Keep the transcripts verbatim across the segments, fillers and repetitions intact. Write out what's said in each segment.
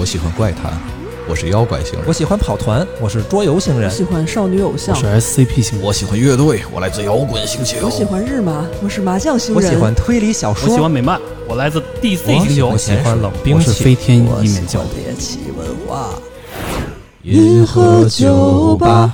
喜欢怪谈，我是妖怪星人； 我喜欢跑团，我是桌游星人； 我喜欢少女偶像， 我是 S C P 星人； 我喜欢乐队，我来自摇滚星球； 我喜欢日麻，我是麻将星人； 我喜欢推理小说； 我喜欢美漫，我来自 D C 星球； 我喜欢冷兵器； 我是飞天一面教。 猎奇文化， 银河酒吧。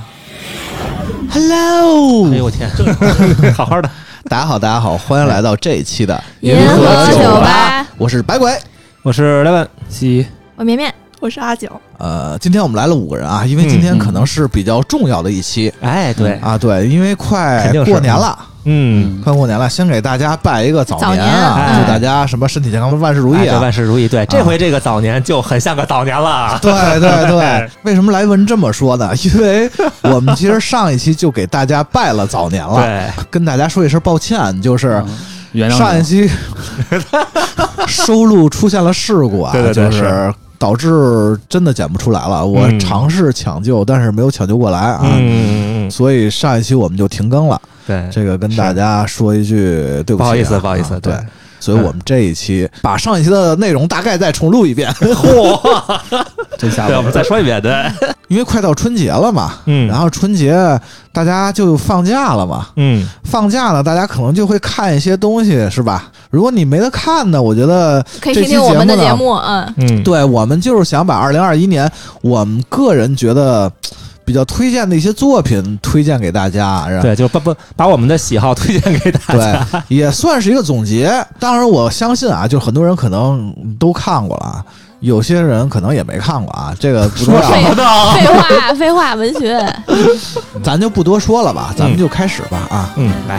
Hello， 哎呦我天，好好的， 大家好，大家好，欢迎来到这一期的银河酒吧， 我是百鬼， 我是莱文西， 我绵绵， 我是阿九。 呃，今天我们来了五个人啊，因为今天可能是比较重要的一期， 嗯、哎，对啊，对，因为快过年了。 嗯， 快过年了，先给大家拜一个早年啊！ 早年祝大家什么身体健康，万事如意啊！ 哎、万事如意。对，这回这个早年就很像个早年了。 对对对，为什么莱文这么说呢？因为我们其实上一期就给大家拜了早年了， 对， 跟大家说一声抱歉，就是原谅上一期收录出现了事故啊， 对对对， 就是导致真的剪不出来了。我尝试抢救，但是没有抢救过来啊， 嗯， 所以上一期我们就停更了。 对， 这个跟大家说一句对不起、啊， 不好意思，不好意思， 对。所以我们这一期把上一期的内容大概再重录一遍。 嚯， 真下对，我们再说一遍，对， 因为快到春节了嘛， 嗯， 然后春节大家就放假了嘛， 嗯， 放假了，大家可能就会看一些东西，是吧？如果你没得看呢，我觉得可以听听我们的节目，嗯嗯，对，我们就是想把二零二一年我们个人觉得比较推荐的一些作品推荐给大家， 对，就把把把我们的喜好推荐给大家，对，也算是一个总结。当然，我相信啊，就很多人可能都看过了，有些人可能也没看过啊，这个不重要。 废话，废话文学， 咱就不多说了吧，咱们就开始吧啊， 嗯，来。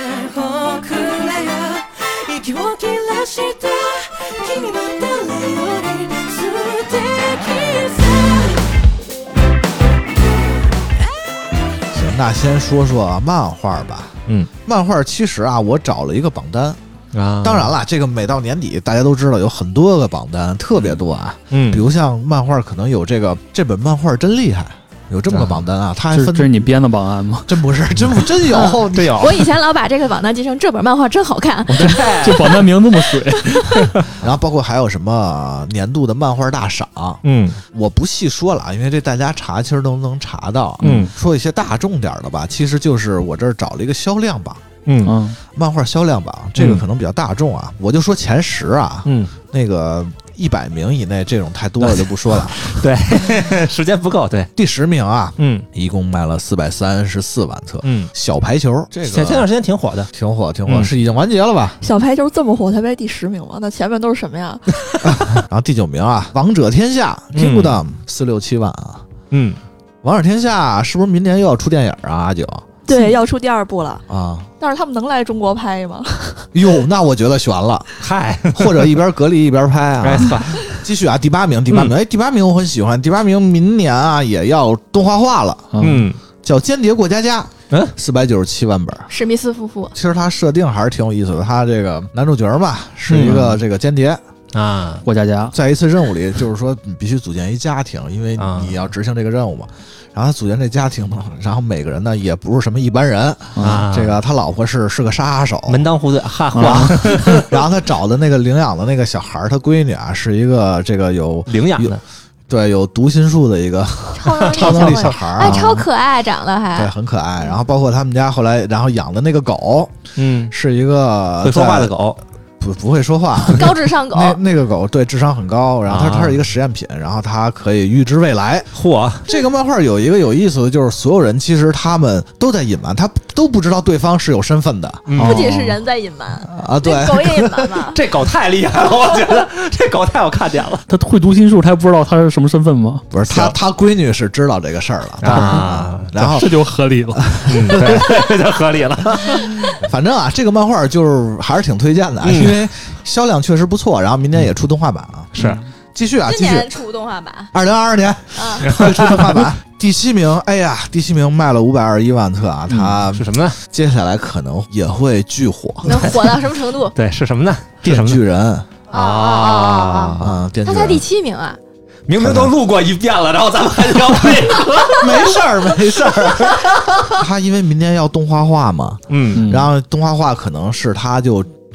那先说说漫画吧。 嗯， 漫画其实啊，我找了一个榜单啊。 当然了，这个每到年底，大家都知道有很多个榜单，特别多啊。 嗯， 比如像漫画，可能有这个这本漫画真厉害，有这么个榜单啊。它还分， 这是你编的榜单吗？ 真不是，真不真有， 嗯、真有。 我以前老把这个榜单记成这本漫画真好看， 这榜单名这么水。 然后包括还有什么年度的漫画大赏， 嗯， 我不细说了，因为这大家查其实都能查到。 嗯， 说一些大众点的吧，其实就是我这儿找了一个销量榜。 嗯嗯， 漫画销量榜这个可能比较大众啊，我就说前十啊， 嗯， 那个一百名以内这种太多了就不说了， 对，时间不够，对， 第十名啊， 嗯， 一共卖了四百三十四万册， 嗯， 小排球这个前段时间挺火的， 挺火挺火，是已经完结了吧？ 小排球这么火，才排第十名了，那前面都是什么呀？ 然后第九名啊，王者天下 Kingdom 四六七万啊， 嗯， 王者天下是不是明年又要出电影啊？阿九。 对，要出第二部了啊！ 但是他们能来中国拍吗？ 哟，那我觉得悬了。 嗨， 或者一边隔离一边拍啊。继续啊，第八名，第八名，哎、嗯，第八名我很喜欢。第八名明年啊也要动画化了， 嗯， 叫《间谍过家家》，嗯，四百九十七万本。 史密斯夫妇。 其实他设定还是挺有意思的，他这个男主角嘛是一个这个间谍。 嗯、啊， 过家家在一次任务里，就是说你必须组建一家庭，因为你要执行这个任务嘛。然后他组建这家庭嘛，然后每个人呢也不是什么一般人啊。这个他老婆是是个杀手， 门当户对，哈哈。 然后他找的那个领养的那个小孩，他闺女啊是一个这个有领养的， 对，有读心术的一个超能力小孩啊， 超可爱，长得还对，很可爱。然后包括他们家后来然后养的那个狗， 嗯， 是一个会说话的狗。 不不会说话， 高智商狗。 那那个狗对智商很高，然后它它是一个实验品，然后它可以预知未来。 嚯！ 这个漫画有一个有意思的，就是所有人其实他们都在隐瞒，他都不知道对方是有身份的。 不仅是人在隐瞒啊，对， 狗也隐瞒嘛。 这狗太厉害了，我觉得这狗太有看点了。 他会读心术，他还不知道他是什么身份吗？ 不是，他他闺女是知道这个事儿了啊，然后这就合理了， 嗯，对，这就合理了。 反正啊，这个漫画就是还是挺推荐的，因为销量确实不错，然后明年也出动画版啊。 是， 继续啊，继续。 今年出动画版， 二零二二年会出动画版。第七名，哎呀，第七名卖了五百二十一万册啊，它是什么呢？ 接下来可能也会巨火， 能火到什么程度？ 对，是什么呢？ 电锯人啊啊啊！ 他才第七名啊。 明明都录过一遍了，然后咱们还聊配合， 没事儿，没事儿。他因为明年要动画化嘛， 嗯， 然后动画化可能是他就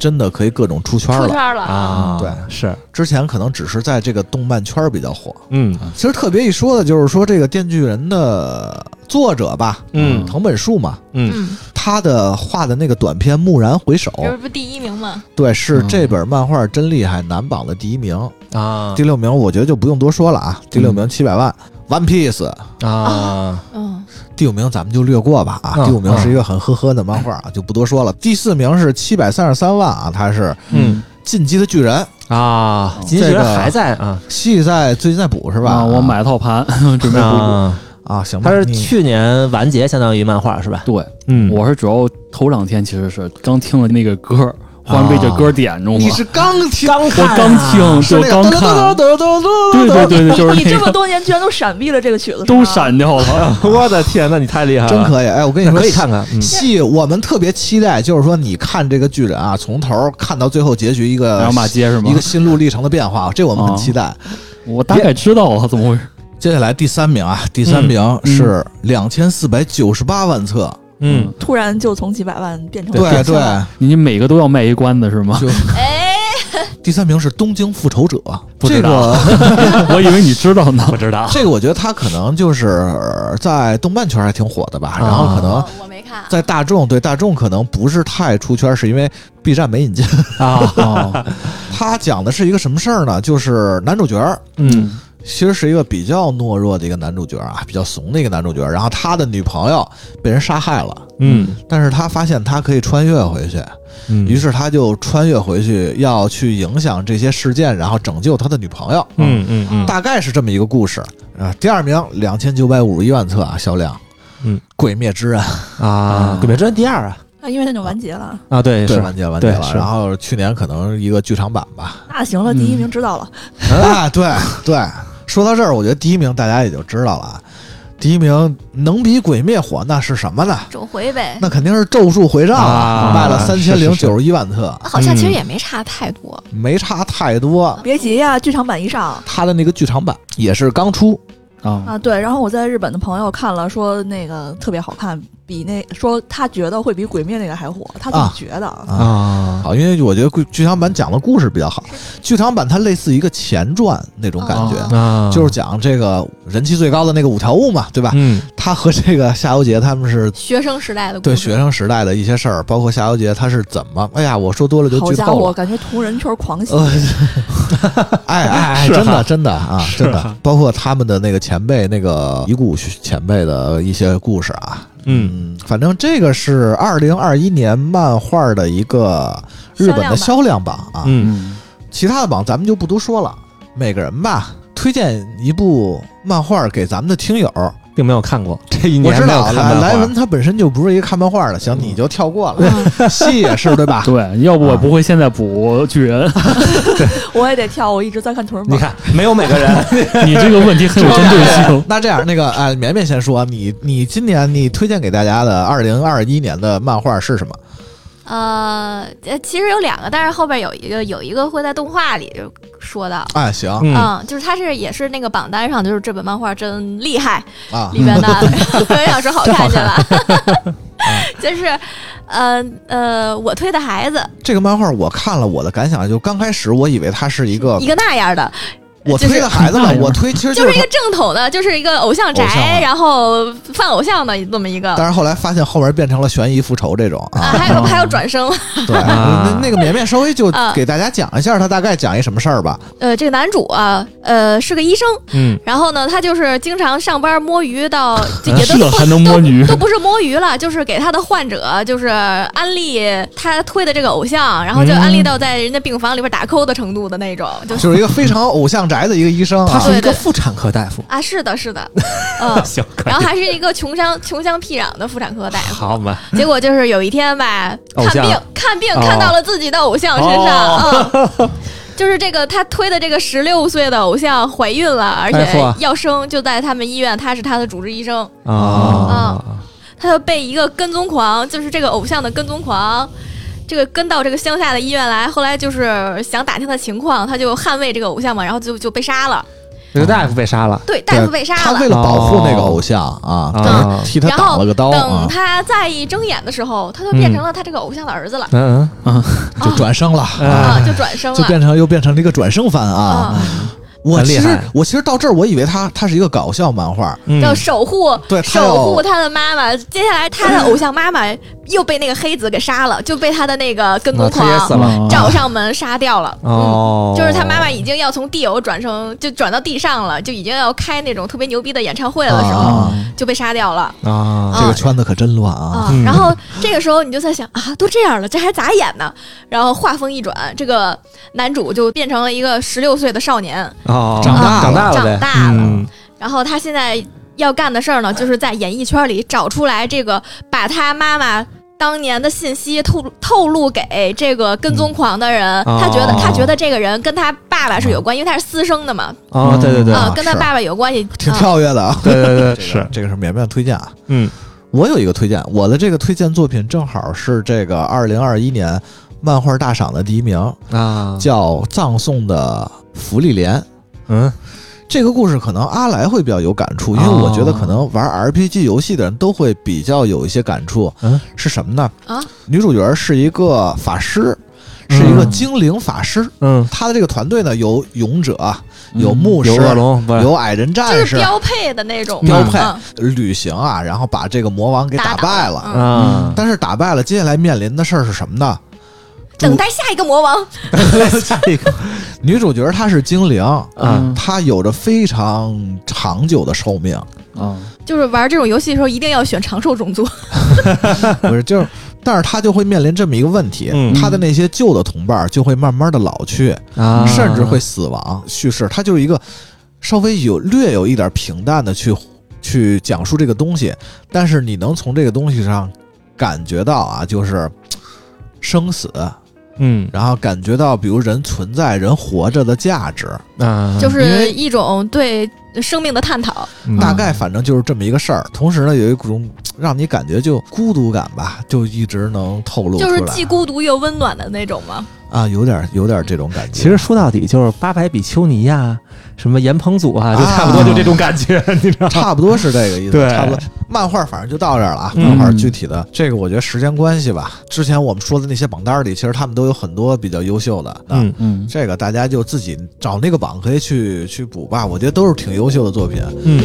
真的可以各种出圈了。 出圈了啊！ 对， 是之前可能只是在这个动漫圈比较火。 嗯， 其实特别一说的就是说这个《电锯人》的作者吧， 嗯藤本树嘛， 嗯， 嗯， 他的画的那个短片《蓦然回首》， 这不第一名吗？ 对，是嗯这本漫画真厉害男榜的第一名。 啊第六名我觉得就不用多说了啊，第六名七百万。One Piece 啊， 嗯， 第五名咱们就略过吧啊， 嗯第五名是一个很呵呵的漫画啊，就不多说了。第四名是七百三十三万啊，他是嗯进击的巨人啊，金巨人还在啊， 戏在最近在补是吧？ 啊，我买套盘准备回补。 啊， 啊，行吧。 它是你去年完结，相当于漫画是吧？ 对， 嗯我是主要头两天其实是刚听了那个歌，忽然被这歌点中了。 你是刚听刚我刚听， 是我刚看，对对对对，就是你这么那个多年居然都闪避了这个曲子， 都闪掉了。 我的天，那你太厉害了， 真可以。哎，我跟你说， 可以看看。嗯戏我们特别期待，就是说你看这个巨人啊，从头看到最后结局一个然后骂街是吗一个心路历程的变化，这我们很期待。 我大概知道了怎么回事。 接下来第三名啊，第三名是两千四百九十八万册。 嗯， 突然就从几百万变成对对， 你每个都要卖一关子是吗？ 就哎， 第三名是《东京复仇者》，这不知道个我以为你知道呢。 不知道。 这个我觉得他可能就是在动漫圈还挺火的吧，然后可能哦我没看。 在大众对大众可能不是太出圈，是因为 B 站没引进。 啊， 哦， 他讲的是一个什么事儿呢？就是男主角嗯其实是一个比较懦弱的一个男主角啊，比较怂的一个男主角。然后他的女朋友被人杀害了， 嗯但是他发现他可以穿越回去， 嗯， 于是他就穿越回去，要去影响这些事件，然后拯救他的女朋友。 嗯嗯嗯， 大概是这么一个故事啊。第二名两千九百五十一万册啊销量， 嗯， 《鬼灭之刃》 啊，鬼灭之刃第二啊啊，因为它就完结了。 啊，对对是完结完结了， 对是然后去年可能一个剧场版吧。 那行了，第一名知道了。 啊，对对，说到这儿，我觉得第一名大家也就知道了啊。第一名能比鬼灭火那是什么呢？ 走回呗。 那肯定是咒术回战了， 啊卖了三千零九十一万册， 好像其实也没差太多。 没差太多。 别急呀，剧场版一上他的那个剧场版也是刚出， 啊， 啊，对。然后我在日本的朋友看了，说那个特别好看，比那说他觉得会比鬼灭那个还火，他自己啊觉得。 啊， 好，因为我觉得剧场版讲的故事比较好。剧场版它类似一个前传那种感觉， 啊， 就是讲这个人气最高的那个五条悟嘛，对吧？ 嗯他和这个夏油杰他们是学生时代的故事对学生时代的一些事儿，包括夏油杰他是怎么，哎呀，我说多了就好家伙， 剧透了。 感觉同人圈狂喜。 呃，哎哎哎， 是啊真的真的啊， 是真的啊， 包括他们的那个前辈那个遗骨前辈的一些故事啊， 嗯， 反正这个是二零二一年漫画的一个日本的销量榜啊， 嗯其他的榜咱们就不多说了，每个人吧推荐一部漫画给咱们的听友。 并没有看过，这一我知年没有道莱看漫画莱文他本身就不是一个看漫画的，行，你就跳过了，戏也是对吧？ 对，要不我不会现在补巨人。 我也得跳，我一直在看同人榜。 你看，没有每个人， 你这个问题很有针对性。 那这样，那个哎，绵绵先说，你你今年你推荐给大家的二零二一年的漫画是什么？ 呃，呃其实有两个，但是后边有一个有一个会在动画里说到。 哎，行嗯嗯，就是它是也是那个榜单上，就是这本漫画真厉害啊里边的非常是好看去了，就是呃呃我推的孩子这个漫画我看了，我的感想就刚开始我以为它是一个一个那样的， 我推的孩子嘛，我推其实就是是一个正统的，就是一个偶像宅， 偶像啊然后犯偶像的这么一个。 但是后来发现后面变成了悬疑复仇这种啊， 啊， 还有还有转生， 对， 啊那那个绵绵稍微就啊给大家讲一下，他大概讲一什么事儿吧。 呃，这个男主啊，呃，是个医生， 嗯然后呢，他就是经常上班摸鱼到，就也都是还能摸鱼都，都不是摸鱼了，就是给他的患者就是安利他推的这个偶像，然后就安利到在人家病房里边打 call 的程度的那种，就就是一个非常偶像宅的一个医生啊， 他是一个对对妇产科大夫， 啊，是的，是的，嗯， 行，可以然后还是一个穷乡穷乡僻壤的妇产科大夫。 好嘛， 结果就是有一天吧， 偶像看病看病哦看到了自己的偶像身上，嗯，就是这个他推的这个十六岁的偶像怀孕了，而且哎嚯要生，就在他们医院，他是他的主治医生， 啊， 他就被一个跟踪狂，就是这个偶像的跟踪狂。这个跟到这个乡下的医院来，后来就是想打听他的情况，他就捍卫这个偶像嘛，然后就就被杀了。 这个大夫被杀了。 对，大夫被杀了。 他为了保护那个偶像啊， 哦、 替他挡了个刀。 等他再一睁眼的时候，他就变成了他这个偶像的儿子了。 嗯嗯，就转生了啊，就转生了， 就变成又变成了一个转生番啊。 嗯我其实我其实到这儿，我以为他他是一个搞笑漫画， 要守护、 嗯、对守护他的妈妈。接下来他的偶像妈妈又被那个黑子给杀了，就被他的那个跟踪狂找上门杀掉了。 哦、 嗯，就是他妈妈已经要从地偶转成就转到地上了，就已经要开那种特别牛逼的演唱会了的时候，啊、就被杀掉了。 啊，这个圈子可真乱啊！ 啊然后这个时候你就在想啊，都这样了，这还咋演呢？然后话锋一转，这个男主就变成了一个十六岁的少年。 哦， 长大了。 长大了， 长大了。 嗯、 然后他现在要干的事儿呢，就是在演艺圈里找出来这个把他妈妈当年的信息透透露给这个跟踪狂的人。嗯、他觉得、哦、他觉得这个人跟他爸爸是有关，因为他是私生的嘛。 哦，对对对， 啊、呃，跟他爸爸有关系， 挺跳跃的啊。 对对对， 是这个是绵绵推荐啊。 嗯， 我有一个推荐，我的这个推荐作品正好是这个二零二一年漫画大赏的第一名啊， 叫《葬送的芙莉莲》。 嗯， 这个故事可能阿来会比较有感触，因为我觉得可能玩 R P G 游戏的人都会比较有一些感触。 嗯， 是什么呢？ 啊， 女主角是一个法师，是一个精灵法师。 嗯， 她的这个团队呢，有勇者，有牧师， 有恶龙， 有矮人战士， 就是标配的那种标配、嗯、旅行啊，然后把这个魔王给打败了。 嗯， 但是打败了，接下来面临的事儿是什么呢？ 等待下一个魔王。 下一个女主角她是精灵， 嗯， 她有着非常长久的寿命。 嗯， 就是玩这种游戏的时候一定要选长寿种族。 不是，就是，但是她就会面临这么一个问题， 嗯、 她的那些旧的同伴就会慢慢的老去， 啊、 甚至会死亡。叙事它就是一个稍微有略有一点平淡的去去讲述这个东西，但是你能从这个东西上感觉到啊，就是生死。 嗯， 然后感觉到比如人存在人活着的价值啊， 就是一种对生命的探讨、 嗯、大概反正就是这么一个事儿。同时呢有一种让你感觉就孤独感吧，就一直能透露出来， 就是既孤独又温暖的那种吗？ 啊，有点有点这种感觉。 其实说到底就是八百比丘尼亚什么岩棚组啊，就差不多就这种感觉、啊、你知道差不多是这个意思。 对， 差不多。漫画反正就到这儿了啊，漫画具体的、嗯、这个我觉得时间关系吧，之前我们说的那些榜单里其实他们都有很多比较优秀的。 嗯嗯，这个大家就自己找那个榜可以去去补吧，我觉得都是挺优秀的作品。 嗯。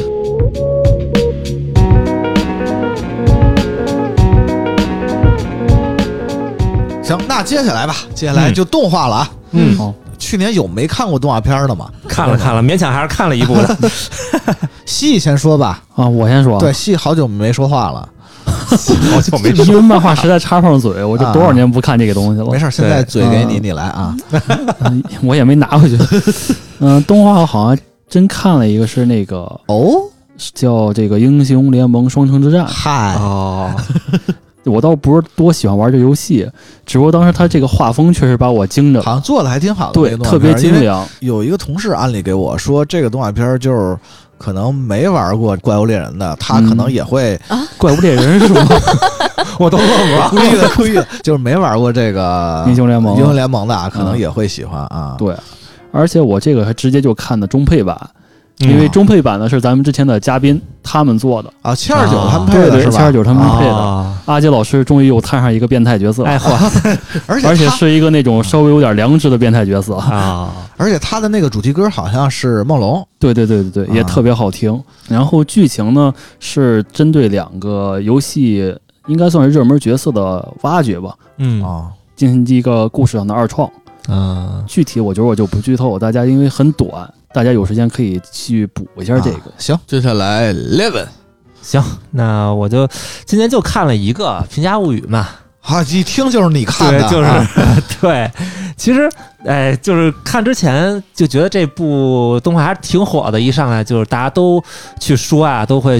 行，那接下来吧，接下来就动画了啊。 嗯，好。 去年有没看过动画片的吗？ 看了看了，勉强还是看了一部的。 西先说吧。 啊，我先说。 对，西好久没说话了， 好久没说。 因为漫画实在插不上嘴，我就多少年不看这个东西了。 没事，现在嘴给你，你来啊。 嗯、我也没拿回去。嗯、呃，动画我好像真看了一个，是那个哦， 叫这个《英雄联盟：双城之战》。 嗨哦。 我倒不是多喜欢玩这游戏，只不过当时他这个画风确实把我惊着了， 好像做的还挺好的， 对，特别精良。 有一个同事安利给我说，这个动画片就是可能没玩过怪物猎人的，他可能也会、 嗯、啊，怪物猎人是什么？ 我都忘了， 故意的，故意的，就是没玩过这个英雄联盟， 英雄联盟的可能也会喜欢啊。 对，而且我这个还直接就看的中配版。因为中配版的是咱们之前的嘉宾他们做的啊，七二九他们配的对对， 是吧？ 七二九他们配的。 啊、 阿杰老师终于又摊上一个变态角色， 哎嚯！ 而且而且是一个那种稍微有点良知的变态角色啊！ 而且他的那个主题歌好像是梦龙， 对对对对对，也特别好听。啊、然后剧情呢是针对两个游戏应该算是热门角色的挖掘吧， 嗯啊， 进行一个故事上的二创。 嗯， 具体我觉得我就不剧透，大家因为很短，大家有时间可以去补一下这个。啊、 行，接下来 Eleven， 行，那我就今天就看了一个《平家物语》嘛。 啊，一听就是你看的， 对，就是、 啊、 对。其实，哎，就是看之前就觉得这部动画还是挺火的，一上来就是大家都去说啊，都会去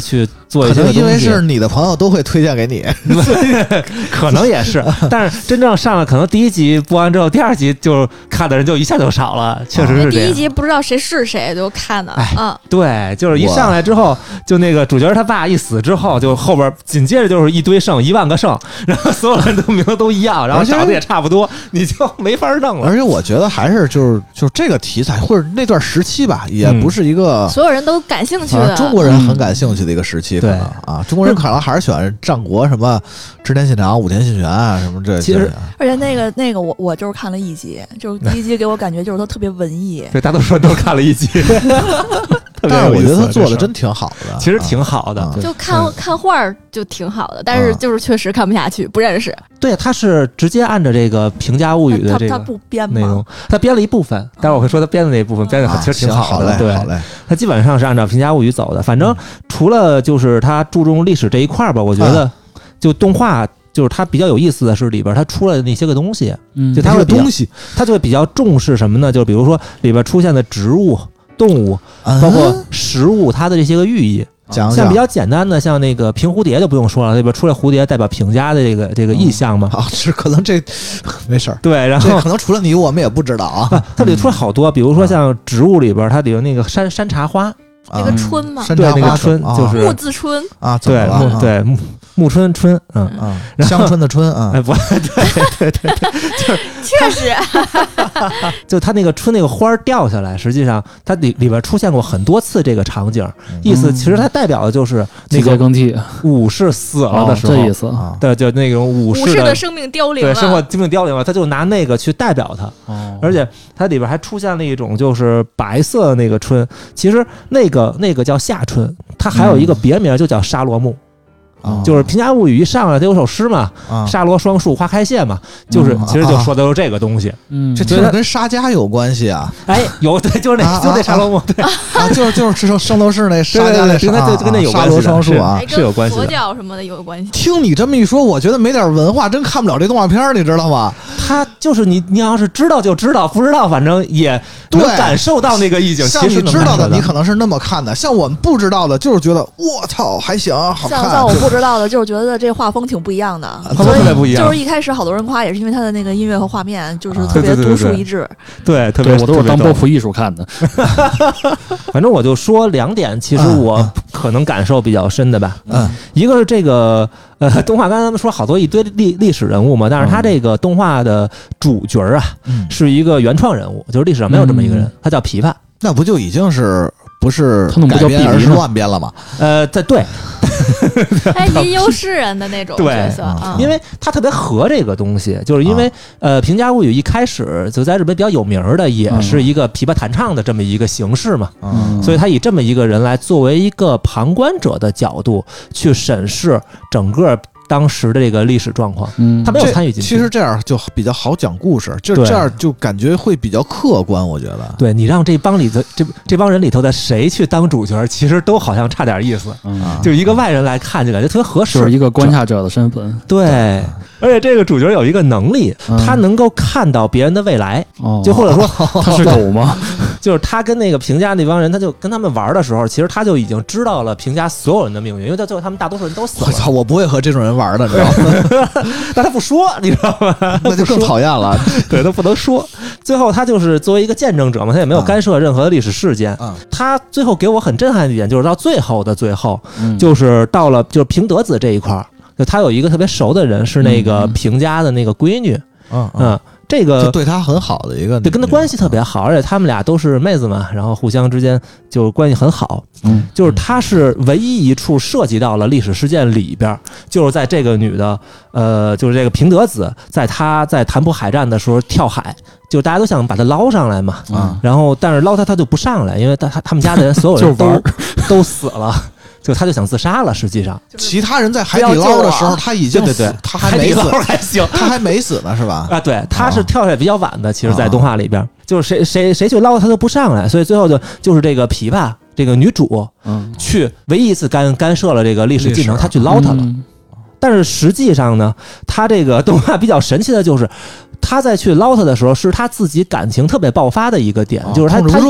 做一些可能因为东西是你的朋友都会推荐给你， 可能也是，但是真正上了，可能第一集播完之后，第二集就看的人就一下就少了，确实是这样。 第一集不知道谁是谁就看的， 哎嗯， 对，就是一上来之后，就那个主角他爸一死之后，就后边紧接着就是一堆圣，一万个圣，然后所有人都名字都一样，然后长得也差不多，你就没法弄了。 而且我觉得还是就是就是这个题材或者那段时期吧，也不是一个、 所有人都感兴趣的、 啊、中国人很感兴趣的一个时期，可能、 嗯、 啊，中国人可能还是喜欢战国什么织田信长、武田信玄啊什么这。 其实， 而且那个那个我我就是看了一集，就是第一集给我感觉就是他特别文艺， 对，大多数人都看了一集。 但是我觉得他做的真挺好的， 其实挺好的， 啊、 就看、嗯、看画就挺好的，但是就是确实看不下去，不认识。 对，他是直接按照这个《平家物语》的这个他不编内容，他编了一部分，待会儿我会说他编的那一部分编的其实挺好的， 啊、 对， 好嘞。 他基本上是按照《平家物语》走的，反正除了就是他注重历史这一块吧，我觉得就动画。就是它比较有意思的是里边它出来的那些个东西， 嗯， 就它会东西， 它就会比较重视什么呢？就比如说里边出现的植物、动物， 嗯、 包括食物，它的这些个寓意。 讲像比较简单的，像那个平蝴蝶就不用说了，里边出来蝴蝶代表平家的这个这个意象嘛。 啊、嗯，是可能这没事儿。 对，然后可能除了你我们也不知道啊。 它里出来好多，比如说像植物里边，它里有那个山山茶花。 那个春嘛， 对， 那个春就是木字春啊， 对木对木木春春，嗯嗯，香春的春啊， 哎不对对对对，就是确实， 就它那个春那个花掉下来，实际上它里里边出现过很多次这个场景，意思其实它代表的就是那个更替武士死了的时候， 这意思啊， 对，就那种武士的生命凋零了，对，生活生命凋零了，他就拿那个去代表它，而且它里边还出现了一种就是白色的那个春，其实那个。那个叫夏春，它还有一个别名就叫沙罗木， 嗯、 就是《平家物语》一上来它有首诗嘛， 嗯、 沙罗双树花开谢嘛，就是、嗯、其实就说的就是这个东西。 嗯， 这听着跟沙家有关系啊？ 哎，有对，就是那、啊、就那沙罗木，对啊，就是就是圣圣斗士那沙家那跟它就跟那有关系， 沙罗双树啊， 是有关系的。 佛教什么的有关系。 听你这么一说，我觉得没点文化真看不了这动画片，你知道吗？ 他就是你，你要是知道就知道，不知道反正也能感受到那个意境。 像你知道的，你可能是那么看的；像我们不知道的，就是觉得我操还行，好看。 像像我不知道的，就是觉得这画风挺不一样的， 画风特别不一样。 就是一开始好多人夸，也是因为他的那个音乐和画面就是特别独树一帜。 对，特别我都是当波普艺术看的。 反正我就说两点，其实我可能感受比较深的吧。 嗯， 一个是这个。呃，动画刚才咱们说好多一堆历历史人物嘛，但是他这个动画的主角啊，嗯、是一个原创人物，就是历史上没有这么一个人，嗯、他叫琵琶。 那不就已经是不是改编而是乱编了吗？ 呃，在对。 哎，吟游诗人的那种角色啊， 因为他特别合这个东西，就是因为、啊、呃，《平家物语》一开始就在日本比较有名的，也是一个琵琶弹唱的这么一个形式嘛，嗯、所以他以这么一个人来作为一个旁观者的角度去审视整个当时的这个历史状况，嗯，他没有参与进去。 其实这样就比较好讲故事，就这样就感觉会比较客观。我觉得， 对你让这帮里头这这帮人里头的谁去当主角，其实都好像差点意思。嗯，就一个外人来看，就感觉特别合适， 就是一个观察者的身份。 对，而且这个主角有一个能力，嗯、他能够看到别人的未来。哦，就或者说他是狗吗？ 就是他跟那个平家那帮人，他就跟他们玩的时候，其实他就已经知道了平家所有人的命运，因为到最后他们大多数人都死了。 我操，我不会和这种人玩的，你知道吗？ 但他不说，你知道吗？ 那就更讨厌了。 对，他不能说。最后他就是作为一个见证者嘛，他也没有干涉任何的历史事件。嗯、他最后给我很震撼的一点，就是到最后的最后，嗯、就是到了就是平德子这一块儿，就他有一个特别熟的人，是那个平家的那个闺女。嗯嗯。嗯这个就对他很好的一个， 对，跟他关系特别好，而且他们俩都是妹子嘛，然后互相之间就关系很好。嗯，就是他是唯一一处涉及到了历史事件里边，就是在这个女的，呃，就是这个平德子，在她在潭浦海战的时候跳海，就大家都想把她捞上来嘛，嗯，然后但是捞她她就不上来，因为他他们家的人所有人都都死了。就他就想自杀了，实际上， 其他人在海底捞的时候，他已经对对对， 他还没死， 还行， 他还没死呢，是吧？ 啊，对，他是跳下来比较晚的，其实，在动画里边，就是谁谁谁去捞他都不上来，所以最后就就是这个琵琶这个女主，嗯，去唯一一次干干涉了这个历史进程，他去捞他了。但是实际上呢，他这个动画比较神奇的就是，他在去捞他的时候，是他自己感情特别爆发的一个点，就是他控制不住了。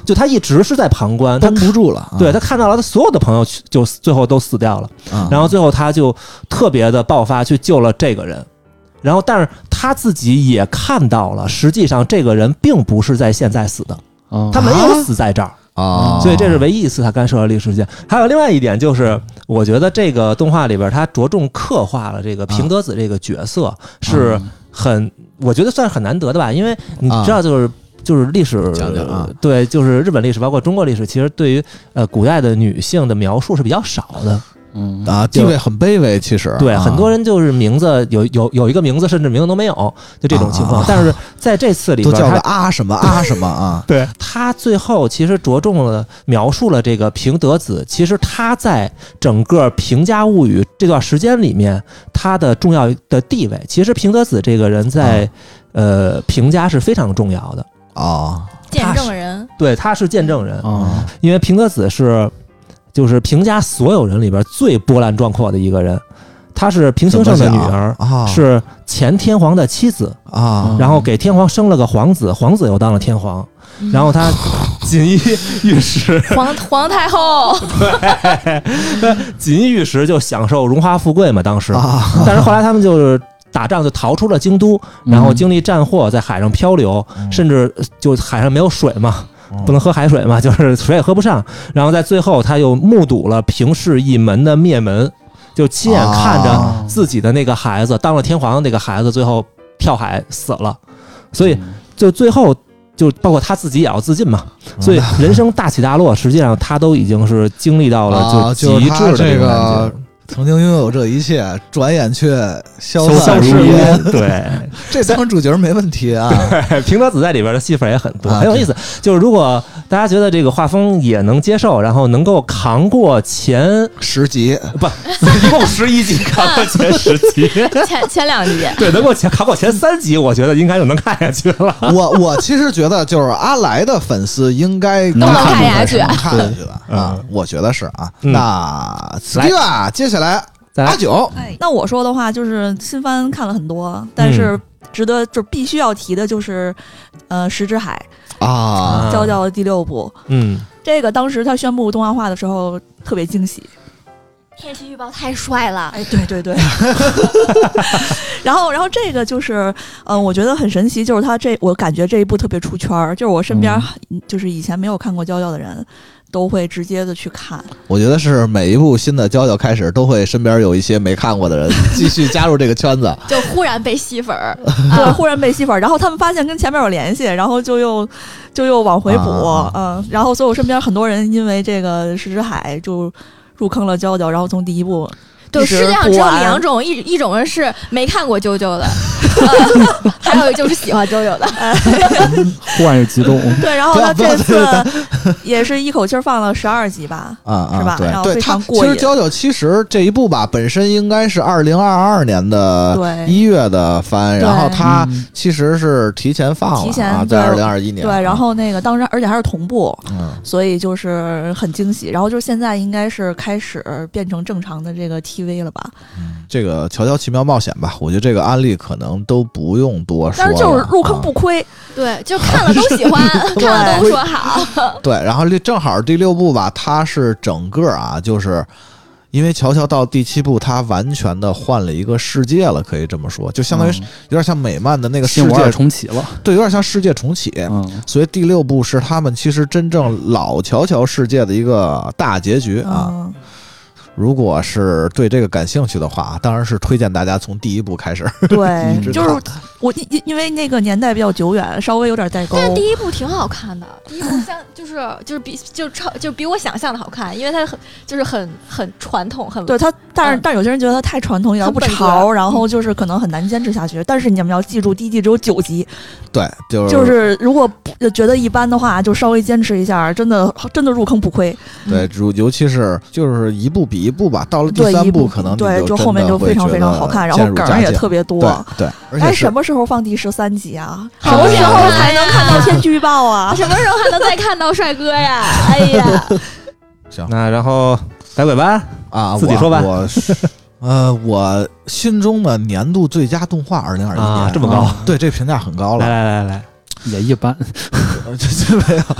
就他一直是在旁观，他绷不住了。啊、 对他看到了他所有的朋友就最后都死掉了， 啊、 然后最后他就特别的爆发去救了这个人，然后但是他自己也看到了，实际上这个人并不是在现在死的， 啊他没有死在这儿。 啊， 所以这是唯一一次他干涉了历史事件。还有另外一点就是，我觉得这个动画里边他着重刻画了这个平德子这个角色，是很，我觉得算是很难得的吧，因为你知道就是。就是历史讲讲啊， 对，就是日本历史，包括中国历史，其实对于呃古代的女性的描述是比较少的。 嗯啊，地位很卑微，其实对、 啊、 很多人就是名字有有有一个名字，甚至名字都没有，就这种情况。啊、但是在这次里边， 都叫个啊什么啊什么啊。 对，他最后其实着重了描述了这个平德子，其实他在整个平家物语这段时间里面，他的重要的地位，其实平德子这个人在、啊、呃平家是非常重要的啊、哦， 见证人。 对，他是见证人啊、哦， 因为平德子是。就是平家所有人里边最波澜壮阔的一个人，她是平清盛的女儿， 啊、 是前天皇的妻子啊， 然后给天皇生了个皇子，皇子又当了天皇，嗯、然后她锦衣玉食， 皇皇太后， 对，锦衣玉食就享受荣华富贵嘛，当时， 啊、 但是后来他们就是打仗就逃出了京都，然后经历战祸，在海上漂流，嗯、甚至就海上没有水嘛。不能喝海水嘛，就是水也喝不上。然后在最后，他又目睹了平氏一门的灭门，就亲眼看着自己的那个孩子、啊、当了天皇的那个孩子，最后跳海死了。所以，就最后就包括他自己也要自尽嘛。所以人生大起大落，实际上他都已经是经历到了就极致的这个感觉。 曾经拥有这一切，转眼却消散如烟。 对， 这当主角没问题啊。 平德子在里边的戏份也很多， 啊、 很有意思。就是如果大家觉得这个画风也能接受，然后能够扛过前十集， 不，一共十一集，扛过前十集， 前前两集， 对，能够前扛过前三集，我觉得应该就能看下去了。 我我其实觉得，就是阿来的粉丝应该都能看下去， 能看下去的啊， 嗯、 我觉得是啊。 嗯、 那 Skiva 接下来。阿九， 哎，那我说的话就是新番看了很多，但是值得就必须要提的就是，呃，石之海啊， 娇娇的第六部， 嗯， 这个当时他宣布动画化的时候特别惊喜， 天气预报太帅了， 哎，对对对，然后然后这个就是，嗯、呃，我觉得很神奇，就是他这我感觉这一部特别出圈儿，就是我身边、嗯、就是以前没有看过娇娇的人。都会直接的去看， 我觉得是每一部新的娇娇开始，都会身边有一些没看过的人继续加入这个圈子， 就忽然被吸粉儿， 对，忽然被吸粉儿，然后他们发现跟前面有联系，然后就又就又往回补，嗯、呃，然后所以我身边很多人因为这个石之海就入坑了娇娇，然后从第一部。 对，世界上只有两种，一一种人是没看过啾啾的，呃、还有就是喜欢啾啾的， 忽然又激动。 对，然后他这次也是一口气放了十二集吧， 啊、 是吧？ 对， 然后非常过瘾。 其实啾啾其实这一部吧，本身应该是二零二二年的一月的番，然后它其实是提前放了， 提前啊，在二零二一年。 对，然后那个当时而且还是同步， 嗯， 所以就是很惊喜。然后就是现在应该是开始变成正常的这个 T V 了吧？ 嗯，这个《乔乔奇妙冒险》吧，我觉得这个案例可能都不用多说了， 但是就是入坑不亏， 啊、对，就看了都喜欢，看了都说好。 对，然后正好第六部吧，它是整个啊，就是因为乔乔到第七部，它完全的换了一个世界了，可以这么说，就相当于有点像美漫的那个世界重启了， 对，有点像世界重启。 嗯， 所以第六部是他们其实真正老乔乔世界的一个大结局啊。 嗯， 如果是对这个感兴趣的话，当然是推荐大家从第一部开始。 对，就是我因因为那个年代比较久远，稍微有点代沟。 但是第一部挺好看的，第一部像就是就是比就超就比我想象的好看，因为它很就是很很传统，很对它，但是、嗯、但是有些人觉得它太传统，有点不潮，然后就是可能很难坚持下去。但是你们要记住，第一季只有九集， 对，就是就是如果觉得一般的话，就稍微坚持一下，真的真的入坑不亏。 对，尤其是就是一部比一部吧，到了第三部可能对，就后面就非常非常好看，然后梗也特别多。 对，对而且哎，什么时候放第十三集啊？什么时候才能看到天气预报啊？ 什么时候还能再看到帅哥呀？哎呀， 行， 那然后白鬼吧啊， 自己说吧。 我呃，我心中的年度最佳动画二零二一年、 啊、这么高、 啊，对，这评价很高了。 来来来来， 也一般， 这没有。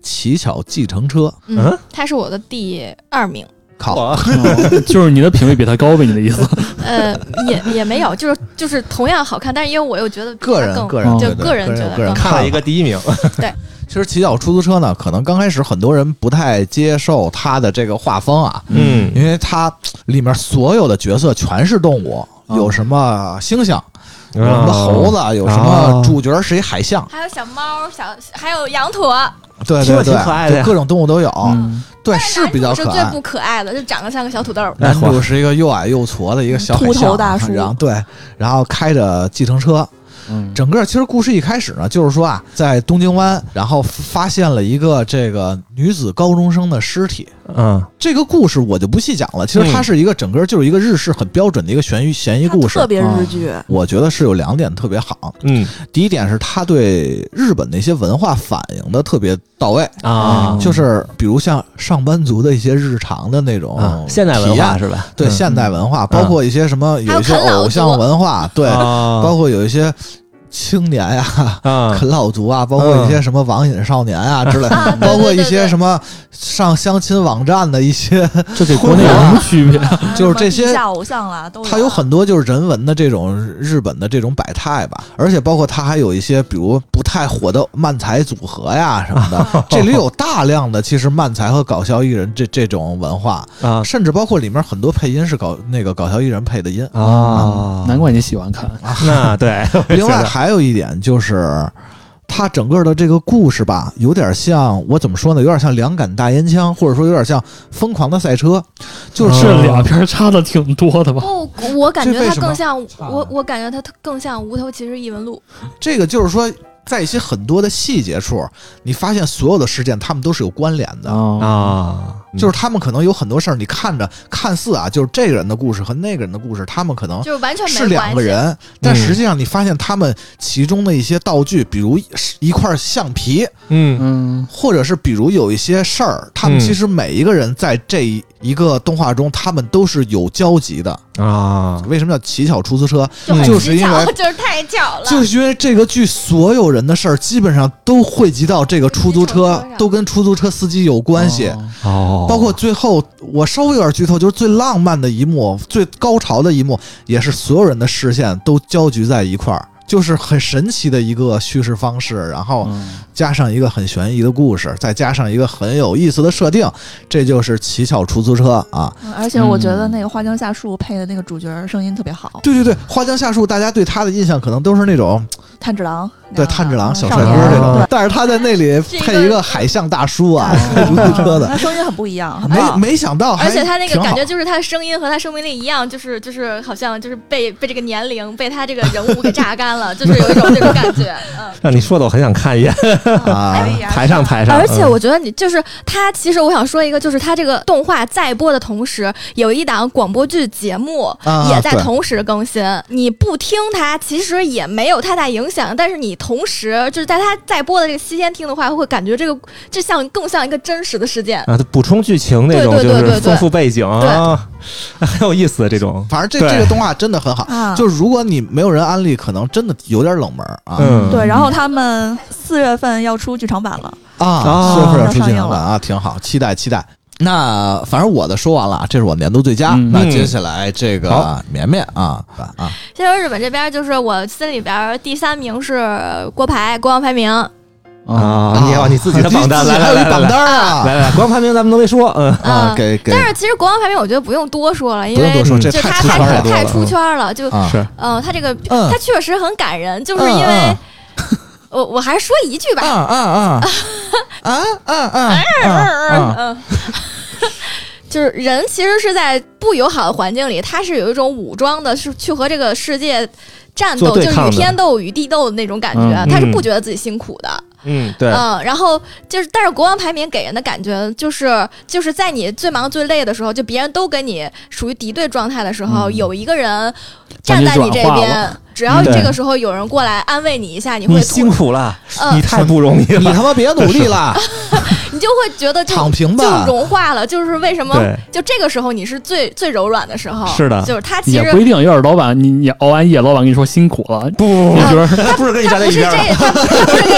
乞巧计程车。 嗯，他是我的第二名。 靠， 哦就是你的品味比他高呗，你的意思？ 呃，也也没有，就是就是同样好看，但是因为我又觉得个人更个人就对对个人觉得个人更看了一个第一名。 对， 其实乞巧出租车呢，可能刚开始很多人不太接受它的这个画风啊， 嗯， 因为它里面所有的角色全是动物，有什么猩猩，有什么猴子，有什么主角是一海象， 还有小猫、小还有羊驼， 对对对， 挺可爱的呀就各种动物都有。 嗯对，是比较可爱是最不。可爱的，就长得像个小土豆。 男主是一个又矮又矬的一个小海秃象头大叔然后对，然后开着计程车。 嗯， 整个其实故事一开始呢，就是说啊，在东京湾，然后发现了一个这个女子高中生的尸体。 嗯， 这个故事我就不细讲了，其实它是一个整个就是一个日式很标准的一个悬疑悬疑故事， 特别日剧。 我觉得是有两点特别好。 嗯， 第一点是它对日本的一些文化反映的特别到位啊， 就是比如像上班族的一些日常的那种啊现代文化是吧？ 对， 嗯现代文化，包括一些什么有一些还有啃老族偶像文化，对， 啊包括有一些青年呀、 啊啃老族啊，包括一些什么网瘾少年啊之类啊， 包括一对对对些什么上相亲网站的一些， 这给国内有什么区别？ 就是这些什么地下偶像啦，都有。 它有很多就是人文的这种日本的这种百态吧，而且包括它还有一些比如不太火的漫才组合呀什么的，这里有大量的其实漫才和搞笑艺人这这种文化， 啊甚至包括里面很多配音是搞那个搞笑艺人配的音。 啊， 难怪你喜欢看。 那对， 另外还有一点就是，它整个的这个故事吧，有点像我怎么说呢？有点像两杆大烟枪，或者说有点像疯狂的赛车，就是这俩片差的挺多的吧？ 不，我感觉这为什么它更像我，我感觉它更像《无头骑士异闻录这个就是说，在一些很多的细节处，你发现所有的事件他们都是有关联的。 啊， 啊， 就是他们可能有很多事儿，你看着看似啊，就是这个人的故事和那个人的故事，他们可能》， 就是完全没是两个关系。 人，但实际上你发现他们其中的一些道具，比如一块橡皮， 嗯嗯或者是比如有一些事儿，他们嗯其实每一个人在这一个动画中，他们都是有交集的。 啊， 为什么叫乞巧出租车？ 就很就是因蹊跷为就是太巧了。 就是因为这个剧所有人的事儿基本上都汇集到这个出租车，都跟出租车司机有关系。 哦， 包括最后，我稍微有点剧透，就是最浪漫的一幕、最高潮的一幕，也是所有人的视线都交集在一块儿，就是很神奇的一个叙事方式。然后加上一个很悬疑的故事，再加上一个很有意思的设定，这就是乞巧出租车啊！ 嗯而且我觉得那个花江夏树配的那个主角声音特别好， 对对对，花江夏树，大家对他的印象可能都是那种炭治郎， 对炭治郎小帅哥少年这种对， 但是他在那里配一个海象大叔啊，开出租车的， 他声音很不一样，很没棒。 没想到还而且他那个挺好感觉就是他的声音和他生命力一样，就是就是好像就是被被这个年龄被他这个人物给榨干了，就是有一种这种感觉。嗯， 让你说的我很想看一眼， 啊哎呀台上台上， 而且我觉得你就是他，其实我想说一个，就是他这个动画在播的同时，有一档广播剧节目啊也在对同时更新。你不听它，其实也没有太大影响，但是你同时就是在它在播的这个期间听的话，会感觉这个这像更像一个真实的事件。 啊，补充剧情那种， 对对对对对就是丰富背景啊，很有意思这种。 反正这对这个动画真的很好， 啊就是如果你没有人安利，可能真的有点冷门啊。 嗯， 对，然后他们四月份要出剧场版了， 啊， 啊四月份要出要上映了剧场版啊，挺好，期待期待。那反正我的说完了，这是我年度最佳。 嗯那接下来这个好绵绵啊啊， 先说日本这边，就是我心里边第三名是国排，国王排名。 啊，你好，你自己的榜单， 自己来还有一榜来来来单啊来来，光排名咱们都没说，嗯啊，给给但是其实国王排名我觉得不用多说了，因为不用多说，这就他太出圈了太太出圈了，就啊！ 是嗯，他这个嗯他确实很感人，就是嗯因为嗯我我还是说一句吧， 啊啊啊啊啊啊啊！ 嗯，就是人其实是在不友好的环境里，他是有一种武装的，是去和这个世界战斗，就是做对抗的与天斗、与地斗的那种感觉， 嗯他是不觉得自己辛苦的。 嗯，对， 嗯，然后就是，但是国王排名给人的感觉就是，就是在你最忙最累的时候，就别人都跟你属于敌对状态的时候， 嗯有一个人站在你这把你转化边了， 只要对这个时候有人过来安慰你一下，你会你突辛苦了， 嗯你太不容易你了， 他妈别努力了， 你就会觉得就躺平吧就融化了。就是为什么对， 就这个时候你是最最柔软的时候， 是的就是他其实也不一定，要是老板你你熬完夜，老板跟你说辛苦了， 不不你觉得他不是跟你他不是站在一边儿的， 这他他不是跟你站在一边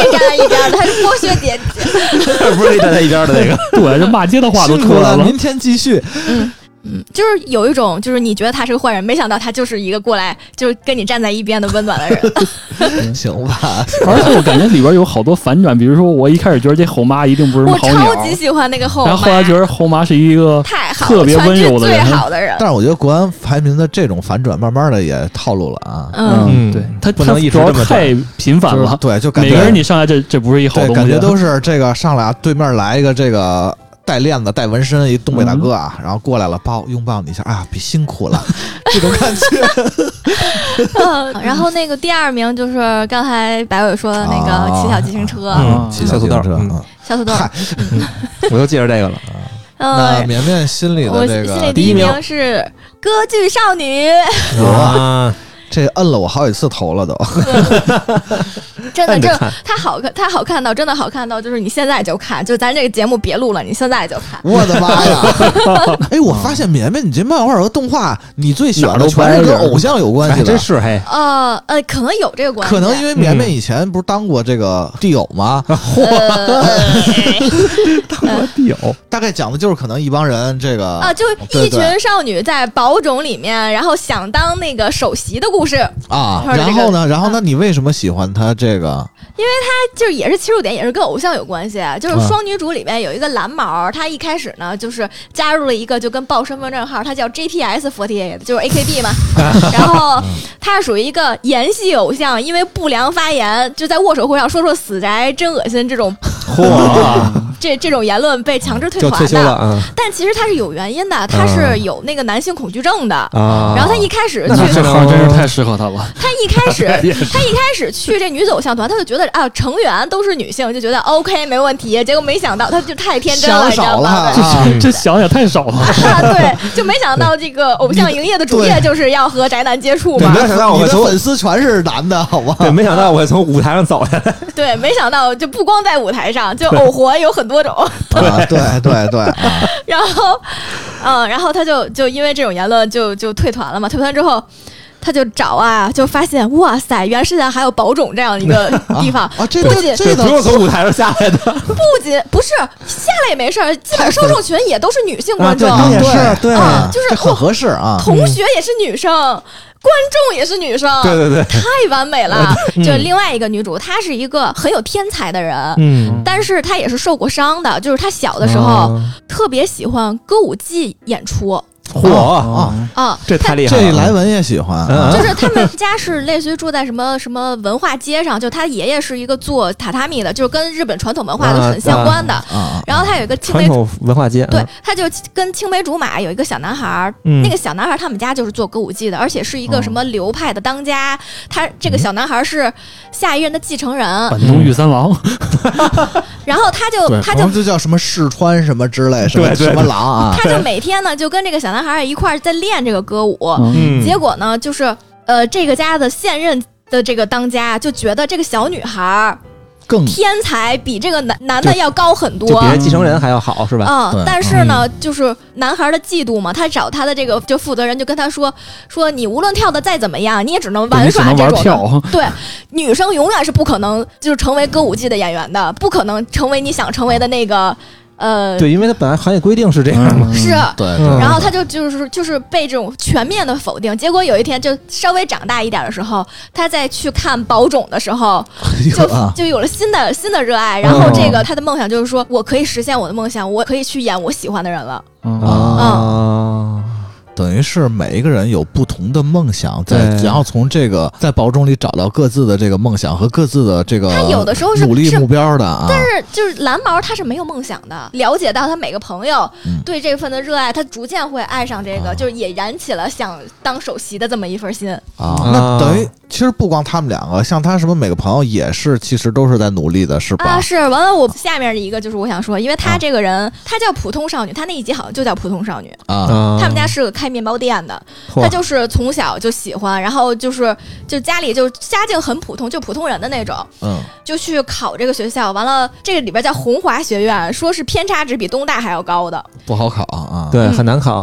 边的，他是剥削姐姐， 不是站在一边的那个。 对，这骂街的话都辛苦了， 出来了。 明天继续。 嗯。嗯，就是有一种，就是你觉得他是个坏人，没想到他就是一个过来就是跟你站在一边的温暖的人。 行吧， 而且我感觉里边有好多反转，比如说我一开始觉得这后妈一定不是什么我好鸟， 超级喜欢那个后妈， 然后后来觉得后妈是一个太好特别温柔的人， 最好的人。 但是我觉得国安排名的这种反转，慢慢的也套路了啊。 嗯， 嗯，对他不能一直他主这么要太频繁了， 对，就感觉每个人你上来这这不是一好东西， 对，感觉都是这个上来对面来一个这个。带链子、带纹身，一东北大哥啊，嗯、然后过来了，抱拥抱你一下，啊，别辛苦了，这种感觉。 嗯，然后那个第二名就是刚才白伟说的那个骑小自行车， 啊、骑小土豆， 嗯、小土豆， 嗯、我又记着这个了。 嗯， 那绵绵心里的这个， 我心里第一名是歌剧少女。 啊。这摁了我好几次头了都， 真的，这他好看，他好看到真的好看到，就是你现在就看，就咱这个节目别录了，你现在就看。 我的妈呀！哎，我发现绵绵，你这漫画和动画，你最喜欢的全是跟偶像有关系的， 真是嘿。 呃呃，可能有这个关系， 可能因为绵绵以前不是当过这个地友吗？嚯、 呃， 当过地友， 大概讲的就是可能一帮人这个啊，就一群少女在宝冢里面，然后想当那个首席的故事啊。然后呢，然后呢，你为什么喜欢他这个？ 因为他就是也是切入点，也是跟偶像有关系。就是双女主里面有一个蓝毛，她一开始呢就是加入了一个就跟报身份证号，她叫 J P S 四十八，就是 A K B 嘛。然后她是属于一个演戏偶像，因为不良发言就在握手会上说说死宅真恶心这种。 嚯！ 这这种言论被强制退团的， 就退休了啊！ 但其实他是有原因的，他是有那个男性恐惧症的啊。 然后他一开始去， 这行真是太适合他了。 他一开始，他一开始去这女子偶像团，他就觉得啊，成员都是女性，就觉得 OK 没问题。结果没想到，他就太天真了，你知道吗？ 这这想想太少了。 对，就没想到这个偶像营业的主业就是要和宅男接触嘛。 没想到我的粉丝全是男的，好吗？ 对，没想到我会从舞台上走下来。 对，没想到就不光在舞台上，就偶活有很多种。 啊、对对对，啊、 然后，嗯，然后他就就因为这种言论就就退团了嘛。退团之后，他就找啊，就发现哇塞，原来世界上还有宝冢这样一个地方。 啊，啊这不仅这不用从舞台上下来的， 不仅不是下来也没事儿，基本受众群也都是女性观众， 啊、对，也是对， 啊，就是很合适啊。 同学也是女生。嗯观众也是女生， 对对对， 太完美了。就另外一个女主，她是一个很有天才的人，嗯，但是她也是受过伤的，就是她小的时候、哦、特别喜欢歌舞伎演出。 嚯啊啊！ 这太厉害了！ 这莱文也喜欢， 就是他们家是类似于住在什么什么文化街上，就他爷爷是一个做榻榻米的，就是跟日本传统文化都很相关的。然后他有一个青梅传统文化街， 对，他就跟青梅竹马有一个小男孩，那个小男孩他们家就是做歌舞伎的，而且是一个什么流派的当家。他这个小男孩是下一任的继承人， 坂东玉三郎。 然后他就他就就叫什么世川什么之类，什么什么郎啊， 他就每天呢就跟这个小男孩一块儿在练这个歌舞， 嗯、 结果呢就是呃这个家的现任的这个当家就觉得这个小女孩更天才比这个男男的要高很多， 就比人继承人还要好是吧？ 嗯，但是呢、嗯，就是男孩的嫉妒嘛，他找他的这个就负责人就跟他说说你无论跳的再怎么样，你也只能玩耍这种，对，女生永远是不可能就是成为歌舞伎的演员的，不可能成为你想成为的那个。呃， 对，因为他本来行业规定是这样嘛， 是， 对， 然后他就就是就是被这种全面的否定，结果有一天就稍微长大一点的时候，他再去看宝冢的时候，就就有了新的新的热爱，然后这个他的梦想就是说我可以实现我的梦想，我可以去演我喜欢的人了， 啊。等于是每一个人有不同的梦想，在然后从这个在宝冢里找到各自的这个梦想和各自的这个他有的时候是努力目标的啊。 但是就是蓝毛他是没有梦想的，了解到他每个朋友对这份的热爱，他逐渐会爱上这个，就是也燃起了想当首席的这么一份心啊。那等于其实不光他们两个，像他什么每个朋友也是，其实都是在努力的，是吧？ 啊，是。完了，我下面的一个就是我想说，因为他这个人，他叫普通少女，他那一集好像就叫普通少女啊。 他们家是个开面包店的，他就是从小就喜欢，然后就是就家里就家境很普通，就普通人的那种， 嗯， 就去考这个学校。完了，这个里边叫红华学院，说是偏差值比东大还要高的， 不好考啊， 对，很难考，嗯。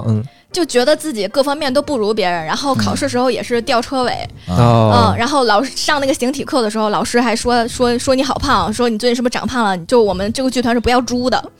就觉得自己各方面都不如别人，然后考试时候也是吊车尾， 哦嗯，然后老师上那个形体课的时候，老师还说说说你好胖，说你最近是不是长胖了？就我们这个剧团是不要猪的。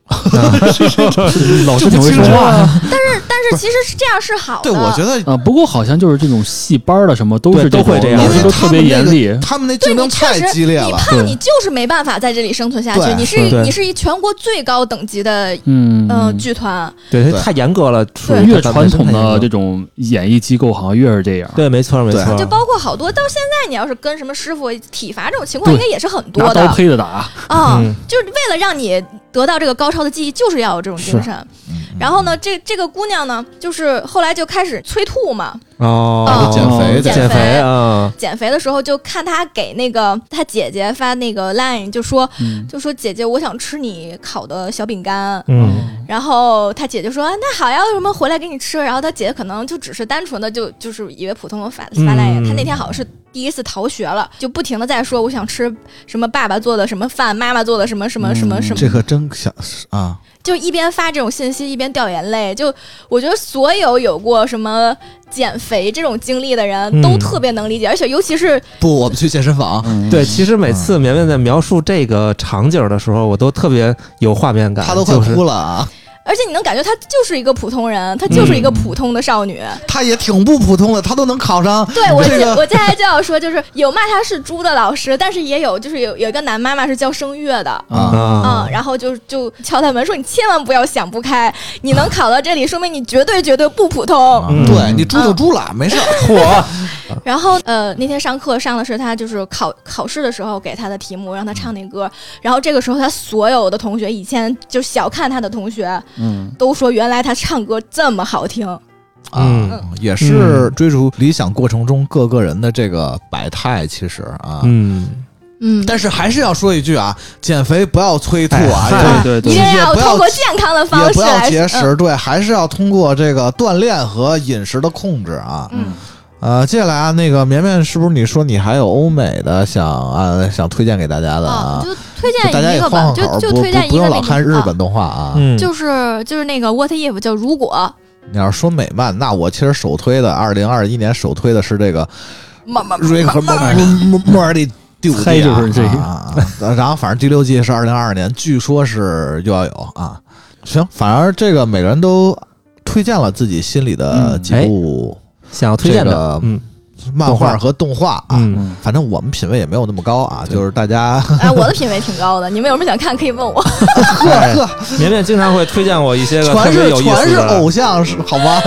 老师挺会说话， 但是但是其实是这样是好的。 对，我觉得啊，不过好像就是这种戏班的什么都是对都会这样老师都特别严厉。 他们那对竞争太你确实激烈了。 你胖你就是没办法在这里生存下去。 对你是对你是一全国最高等级的嗯呃剧团， 对， 对太严格了，属于越它传统本身太严格的这种演艺机构好像越是这样。 对，没错没错， 就包括好多到现在，你要是跟什么师傅体罚这种情况，应该也是很多拿的刀胚子打， 啊、 嗯就是为了让你得到这个高超的技艺，就是要有这种精神。然后呢，这这个姑娘呢，就是后来就开始催吐嘛， 哦哦减肥减减肥啊， 减肥的时候就看她给那个她姐姐发那个 line， 就说、 嗯就说姐姐，我想吃你烤的小饼干。 嗯然后她姐姐说那好呀，为什么回来给你吃？然后她姐姐可能就只是单纯的就就是以为普通的发发赖， 嗯她那天好像是第一次逃学了，就不停的在说我想吃什么爸爸做的什么饭，妈妈做的什么什么什么什么， 这可真想啊！ 就一边发这种信息一边掉眼泪。就我觉得所有有过什么减肥这种经历的人嗯都特别能理解，而且尤其是不，我们去健身房， 嗯对，其实每次绵绵在描述这个场景的时候，我都特别有画面感， 他都快就是哭了啊！ 而且你能感觉她就是一个普通人，她就是一个普通的少女。 他也挺不普通的，他都能考上对我接、 这个我接下来就要说，就是有骂她是猪的老师，但是也有就是有有一个男妈妈是教声乐的。 啊。 啊嗯，然后就就敲他门说：“你千万不要想不开，你能考到这里，说明你绝对绝对不普通。 嗯对你猪就猪了，没事儿。 嚯，” 然后呃，那天上课上的是他就是考考试的时候给他的题目，让他唱那歌。然后这个时候，他所有的同学以前就小看他的同学， 嗯， 都说原来他唱歌这么好听。 嗯啊，也是追逐理想过程中各个人的这个百态，其实啊， 嗯， 嗯， 但是还是要说一句啊，减肥不要催吐啊， 哎对对对， 一定要也不要通过健康的方也不要式来节食，对，还是要通过这个锻炼和饮食的控制啊。 嗯。 呃，接下来啊，那个绵绵，是不是你说你还有欧美的想啊想推荐给大家的啊， 啊？ 就推荐大家也一个吧，就换换口，不就推荐不不用老一个那个啊看日本动画啊。 嗯， 就是就是那个 What If， 叫如果你要是说美漫，那我其实首推的，二零二一年首推的是这个妈妈瑞克莫莫莫尔蒂第五季猜就是这个啊，啊然后反正第六季是二零二二年，据说是又要有啊。行，反而这个每个人都推荐了自己心里的几部想要推荐的这个， 嗯漫画和动画啊。 嗯， 反正我们品味也没有那么高啊，就是大家哎，我的品味挺高的，你们有什么想看可以问我。 哎绵绵经常会推荐我一些个特全是别有意全是思的偶像，是好吗？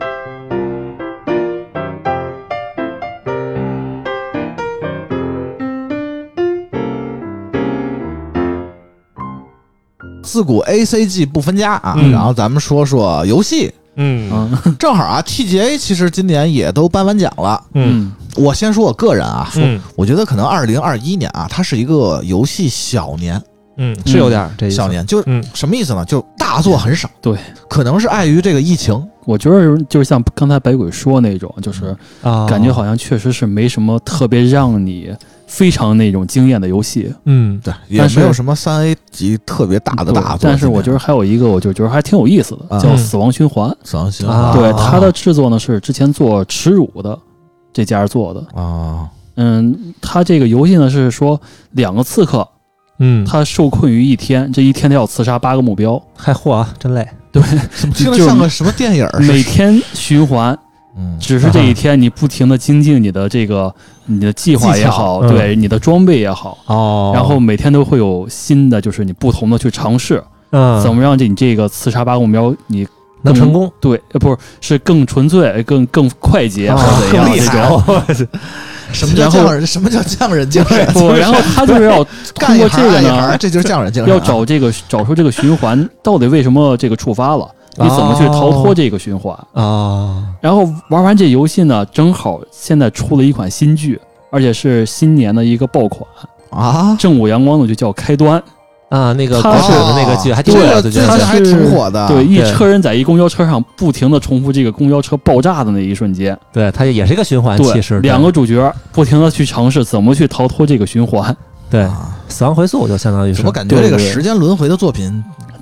自古 A C G 不分家啊， 嗯然后咱们说说游戏， 嗯嗯正好啊 T G A 其实今年也都颁完奖了。 嗯我先说我个人啊，说嗯我觉得可能二零二一年啊，它是一个游戏小年， 嗯，是有点儿这意思小年就是嗯什么意思呢？就大作很少， 对， 可能是碍于这个疫情， 我觉得就是像刚才百鬼说那种，就是啊， 感觉好像确实是没什么特别让你非常那种惊艳的游戏。 嗯对，也但是没有什么三 A 级特别大的对大作。 但是我觉得还有一个，我就觉得还挺有意思的， 啊叫《死亡循环》。 死亡循啊环， 对，它的制作呢是之前做耻辱的这家做的。 啊， 嗯，它这个游戏呢是说两个刺客， 嗯， 他受困于一天，这一天他要刺杀八个目标， 还嚯啊，真累， 怎么听着像个什么电影儿？ 每天循环， 嗯只是这一天你不停的精进你的这个你的计划也好， 技巧嗯对你的装备也好， 哦然后每天都会有新的，就是你不同的去尝试， 嗯， 怎么让这你这个刺杀八个目标你能成功？ 对，呃，不是是更纯粹、更更快捷啊或者怎样更厉害这种。 什么叫然后匠人？什么叫匠人精神？ 不，然后他就是要干通过这个一行爱一行， 呢， 这就是匠人精神啊。 要找这个找出这个循环到底为什么这个触发了，你怎么去逃脱这个循环。 啊， 然后玩完这游戏呢，正好现在出了一款新剧，而且是新年的一个爆款， 啊， 正午阳光的就叫开端。 啊，那个他国产的那个剧还挺这火的， 个最近还挺火的。 对，一对车人在一公交车上不停的重复这个公交车爆炸的那一瞬间， 对，它也是一个循环， 对其实， 两个主角不停的去尝试怎么去逃脱这个循环。 对啊死亡回溯就相当于是我感觉这个时间轮回的作品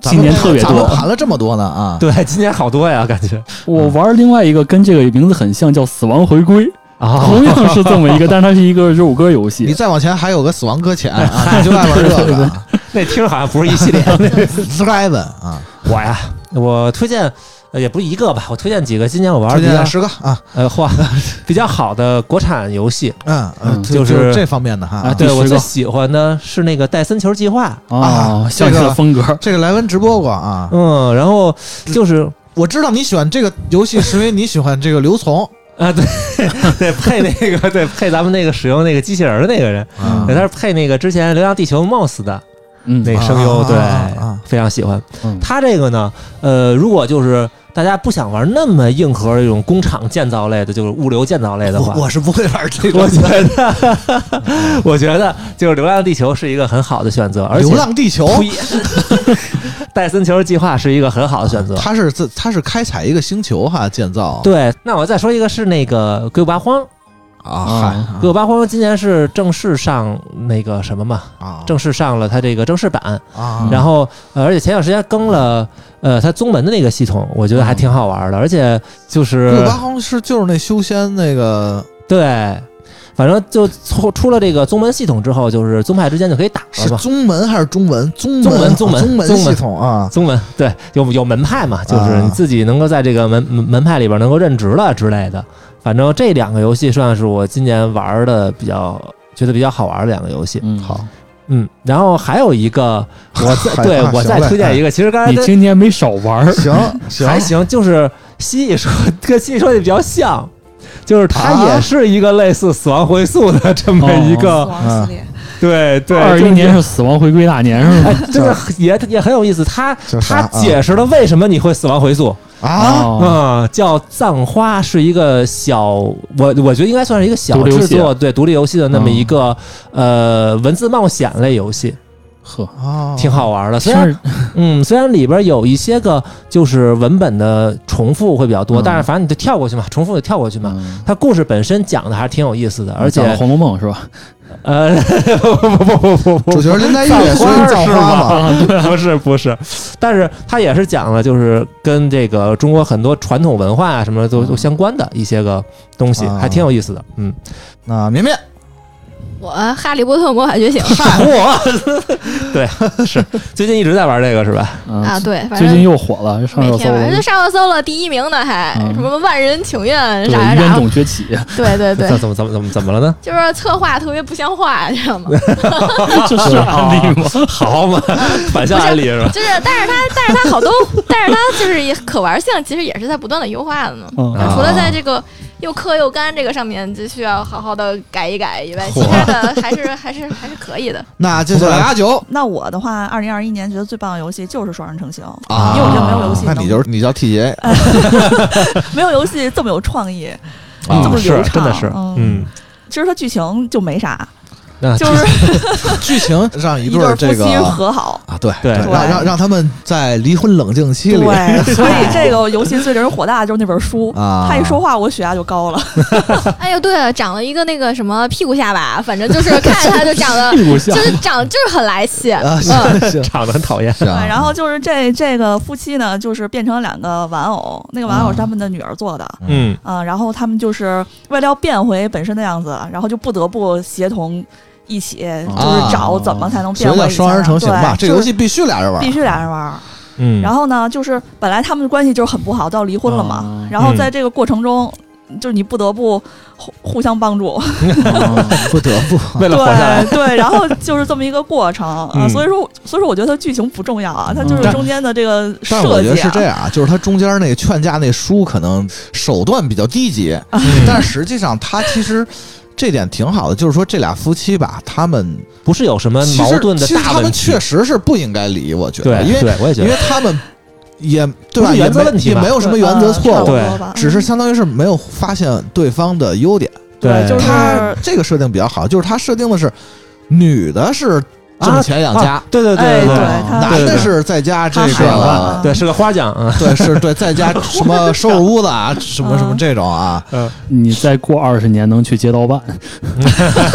今年特别咱们多。 盘了这么多呢啊！ 对，今年好多呀，感觉我玩另外一个跟这个名字很像，叫《死亡回归》， 啊， 同样是这么一个，但是它是一个肉鸽游戏。 你再往前还有个死亡搁浅啊，你就爱玩这个那听着好像不是一系列。 Seven 啊， 我呀，我推荐。呃，也不是一个吧，我推荐几个今年我玩的推比较荐十个啊， 呃，嚯，比较好的国产游戏。 嗯嗯， 就是这方面的哈。 啊对我第十个最喜欢的是那个戴森球计划。 啊，像这个这个风格。 这个莱文直播过啊， 嗯，然后就是我知道你喜欢这个游戏，是因为你喜欢这个刘从啊，对对，配那个对配咱们那个使用那个机器人的那个人， 啊对，他是配那个之前《流浪地球》M O S 的嗯， 那个声优， 啊对啊， 非常喜欢。 嗯他这个呢，呃，如果就是大家不想玩那么硬核的这种工厂建造类的，就是物流建造类的话， 我我是不会玩这种我觉得，我觉得就是《流浪地球》是一个很好的选择，而且流浪地球， 呸戴森球计划是一个很好的选择。 它是自它是开采一个星球哈建造对，那我再说一个是那个《鬼谷八荒》。 啊， 《鬼谷八荒》今年是正式上那个什么嘛， 啊正式上了它这个正式版， 啊， 然后呃，而且前段时间更了呃它宗门的那个系统，我觉得还挺好玩的，而且就是鬼谷八荒是就是那修仙那个对。反正就出出了这个宗门系统之后，就是宗派之间就可以打了是嘛。 宗门还是中文？宗宗门宗门宗门宗门系统啊， 宗门对，有有门派嘛，就是你自己能够在这个门门门派里边能够任职了之类的。反正这两个游戏算是我今年玩的比较觉得比较好玩的两个游戏。 嗯， 好， 嗯，然后还有一个，我再害对怕行嘞我再推荐一个，其实刚才你跟今年没少玩儿。 行行还行，就是蜥蜴说跟蜥蜴说的比较像，就是它啊也是一个类似死亡回溯的这么一个， 死亡系列， 对对， 二一就是年是死亡回归大年是哎吗？， 真的也也很有意思，他他叫啥啊解释了为什么你会死亡回溯。 啊， 哦嗯，叫葬花，是一个小，我我觉得应该算是一个小独立游戏制作，对独立游戏的那么一个、呃文字冒险类游戏， 呵， 啊， 挺好玩的。虽然听着嗯，虽然里边有一些个就是文本的重复会比较多， 嗯但是反正你就跳过去嘛，重复就跳过去嘛。 嗯它故事本身讲的还是挺有意思的，而且讲《红楼梦》是吧？ 呃，不不不不不不， 主角林黛玉也是葬花嘛， 不是不是，但是它也是讲了，就是跟这个中国很多传统文化啊什么都都相关的一些个东西， 啊还挺有意思的。嗯， 那绵绵我《哈利波特魔法觉醒》 嚯，对，是最近一直在玩这个是吧？ 嗯啊，，对，反最近正又火了，上热搜每天晚上就了。 上热搜了，第一名呢还嗯什么万人请愿对， 啥啥啥冤种，崛起， 对对对怎，怎么怎么怎么怎么了呢？ 就是策划特别不像话，你知道吗？ 这是案例吗？ 好嘛，反向案例是吧？ 就是，但是它，但是它好多，但是它就是也可玩性，其实也是在不断的优化的呢。 嗯啊除了在这个又氪又干这个上面，就需要好好的改一改以外， 嚯其他的还是还是还是可以的。 那接下来阿九那我的话，二零二一年觉得最棒的游戏就是双人成行， 啊， 因为我觉得没有游戏能那你就是你叫 T J 没有游戏这么有创意， 啊这么流是真的畅是， 嗯嗯， 其实它剧情就没啥， 那就是剧情让一一对儿这个对夫妻和好。 啊，对对让让让他们在离婚冷静期里对，所以这个游戏最令人火大的就是那本书， 啊， 他一说话我血压就高了。 哎呦，对了，长了一个那个什么屁股下巴，反正就是看着他就长得屁股下就是长就是很来气。 啊， 嗯， 行行长得很讨厌。 行对，然后就是这这个夫妻呢，就是变成两个玩偶，那个玩偶是他们的女儿做的， 嗯啊、然后他们就是为了要变回本身的样子，然后就不得不协同一起，就是找怎么才能变回以前所以叫双人成行吧， 对这个游戏必须俩人玩， 必须俩人玩。 嗯， 然后呢，就是本来他们的关系就是很不好，到离婚了嘛。 啊然后在这个过程中，就是你不得不互互相帮助， 不得不为了活下来对，对，然后就是这么一个过程啊、 嗯所以说，所以说我觉得它剧情不重要啊，它就是但中间的这个但是我觉得设计啊。 是这样啊，就是他中间那个劝架那书可能手段比较低级， 嗯但是实际上他其实这点挺好的，就是说这俩夫妻吧，他们不是有什么其实矛盾的其实他们大问题确，实是不应该离，我觉得， 对因为对，我也觉得因为他们也对吧， 不是原则也没问题吧也没有什么原则错误， 对吧只是相当于是没有发现对方的优点。 对，就是他这个设定比较好，就是他设定的是女的是挣钱养家， 啊对对哎对对他男的是在家这他是个啊对，是个花匠啊。 对是对在家什么收拾屋子啊，什么什么这种啊。 你再过二十年能去街道办？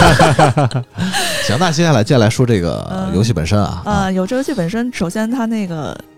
行，那接下来接下来说这个嗯游戏本身啊， 呃，有这个游戏本身，首先它那个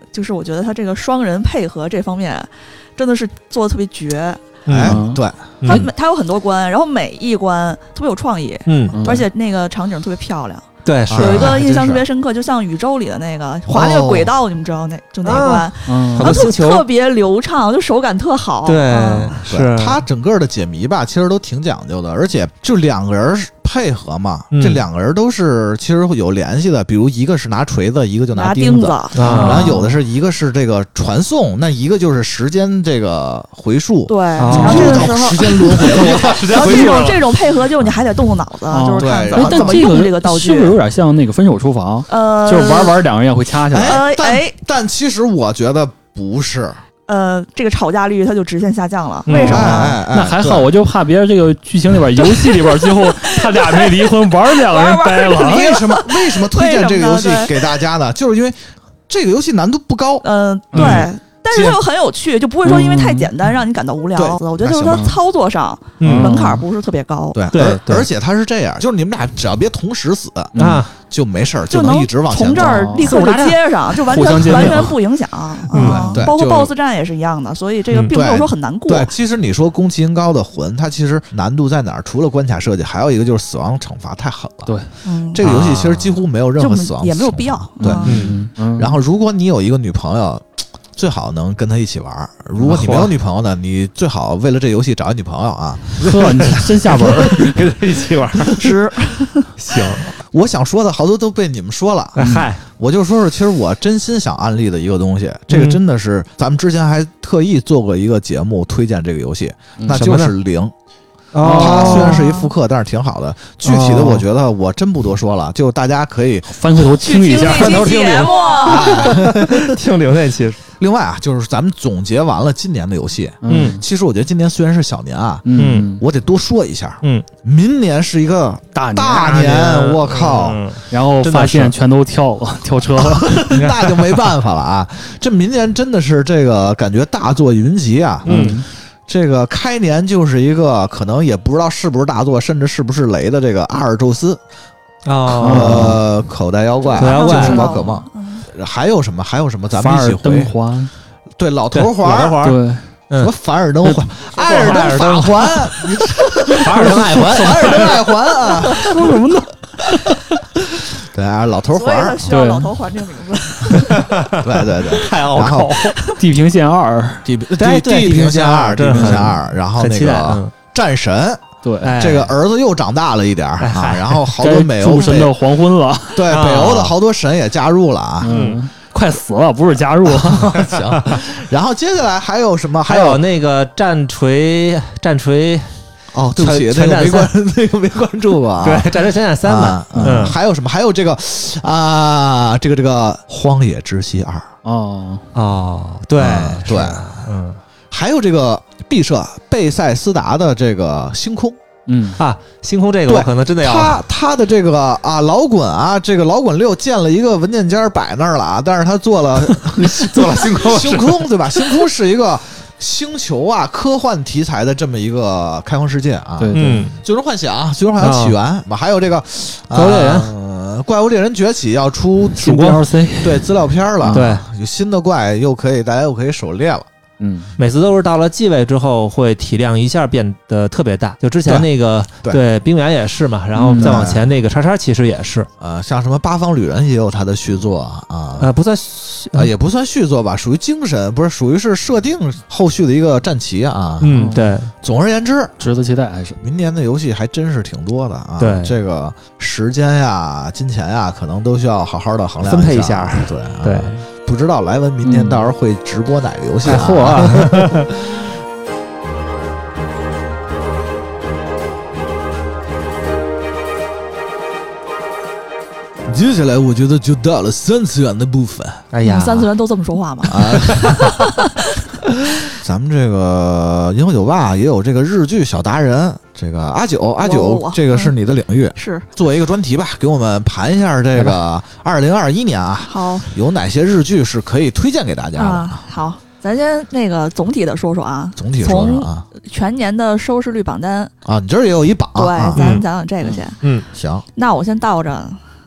就是我觉得他这个双人配合这方面真的是做的特别绝。 哎，对， 他他有很多关，然后每一关特别有创意， 嗯， 而且那个场景特别漂亮。 对，是有一个印象特别深刻，就像宇宙里的那个滑那个轨道，你们知道那就那关， 嗯， 然后特特别流畅，就手感特好。 对， 是它整个的解谜吧，其实都挺讲究的，而且就两个人配合嘛， 嗯、 这两个人都是其实有联系的，比如一个是拿锤子，一个就拿钉子， 啊、然后有的是一个是这个传送，那一个就是时间这个回溯， 对， 哦、 然后这个时候时间轮回， 然后这种这种配合就是你还得动动脑子， 哦、 就是看怎么怎么用这个道具， 是不是有点像那个分手厨房？ 呃， 就是玩玩两个人也会掐起来。 呃， 但、 哎、 但其实我觉得不是。 呃，这个吵架率它就直线下降了，为什么呢？ 哎哎、 那还好，我就怕别人这个剧情里边、游戏里边，最后他俩没离婚，玩两个人掰了。 为什么？为什么推荐这个游戏给大家呢？就是因为这个游戏难度不高。 嗯、呃，对。嗯，但是它又很有趣，就不会说因为太简单让你感到无聊。 嗯、 我觉得就是它操作上门槛不是特别高。 对对， 而且它是这样，就是你们俩只要别同时死啊， 就没事儿， 就能一直往前从这儿立刻就接上，就完全完全不影响。 嗯，对， 包括 B O S S 战也是一样的，所以这个并没有说很难过。 对，其实你说宫崎英高的魂，它其实难度在哪儿？除了关卡设计，还有一个就是死亡惩罚太狠了。 对， 这个游戏其实几乎没有任何死亡， 也没有必要。 对， 嗯。 然后如果你有一个女朋友，最好能跟他一起玩。如果你没有女朋友呢，你最好为了这游戏找一女朋友啊。 呵，你真下本儿，跟他一起玩。 是， 行。我想说的好多都被你们说了。 嗨、嗯， 我就说说，其实我真心想安利的一个东西，这个真的是、嗯、咱们之前还特意做过一个节目推荐这个游戏， 嗯、 那就是零。 哦， 它虽然是一复刻，但是挺好的。具体的，我觉得我真不多说了，就大家可以翻回头听一下， 翻头听节目， 哎、听零那期。 另外啊，就是咱们总结完了今年的游戏， 嗯， 其实我觉得今年虽然是小年啊， 嗯， 我得多说一下， 嗯， 明年是一个大大年，我靠、 嗯！ 然后发现全都跳了，跳车了， 那就没办法了啊！这明年真的是这个感觉大作云集啊， 嗯。 这个开年就是一个可能也不知道是不是大作，甚至是不是雷的这个阿尔宙斯， 哦， 呃，口袋妖怪， 口袋妖怪， 就是宝可梦，嗯、还有什么？还有什么？咱们一起回。 灯环， 对，老头环， 环， 对， 什么凡尔登环、艾尔登法环， 凡尔登爱环， 凡尔登爱环啊， 说什么呢？ 对啊，老头环， 需要老头环这个名字。 对对对， 太拗口。 地平线二， 地地地平线二，地平线二，然后那个战神， 对， 这个儿子又长大了一点啊，然后好多美欧神的黄昏了， 对，北欧的好多神也加入了啊， 嗯，快死了，不是加入。 行，然后接下来还有什么？ 还有那个战锤，战锤。 哦，对不起，那个没关那个没关注过啊。 对，战锤全战三嘛， 嗯，还有什么？还有这个啊，这个这个《荒野之息二》 哦哦，对对， 嗯， 还有这个毕设贝塞斯达的这个星空， 嗯啊，星空这个我可能真的要他他的这个啊老滚啊，这个老滚六建了一个文件夹摆那儿了啊，但是他做了做了星空星空对吧？星空是一个。星球啊，科幻题材的这么一个开放世界啊， 对对， 最终幻想、最终幻想起源嘛，还有这个怪物猎人、 呃，怪物猎人崛起要出新 D L C， 对资料片了， 对， 有新的怪又可以，大家又可以狩猎了。 嗯，每次都是到了继位之后，会体量一下变得特别大。就之前那个对, 对冰原也是嘛，然后再往前那个叉叉其实也是， 呃，像什么八方旅人也有他的续作啊， 呃，不算， 呃，也不算续作吧，属于精神，不是属于是设定后续的一个战旗啊。 嗯，对。 总而言之， 值得期待还是明年的游戏还真是挺多的啊。 对， 这个时间呀、金钱呀，可能都需要好好的衡量分配一下。对对。 不知道莱文明天到时候会直播哪个游戏？ 嚯、啊！ 接下来我觉得就到了三次元的部分。 哎呀， 三次元都这么说话吗？ 啊，咱们这个银河酒吧也有这个日剧小达人，这个阿九，阿九，这个是你的领域， 嗯、是作为一个专题吧，给我们盘一下这个二零二一年啊， 好， 有哪些日剧是可以推荐给大家的？ 啊、好，咱先那个总体的说说啊， 总体说说啊， 全年的收视率榜单啊，你这儿也有一榜， 对， 啊、 咱讲讲这个先， 嗯，行， 那我先倒着。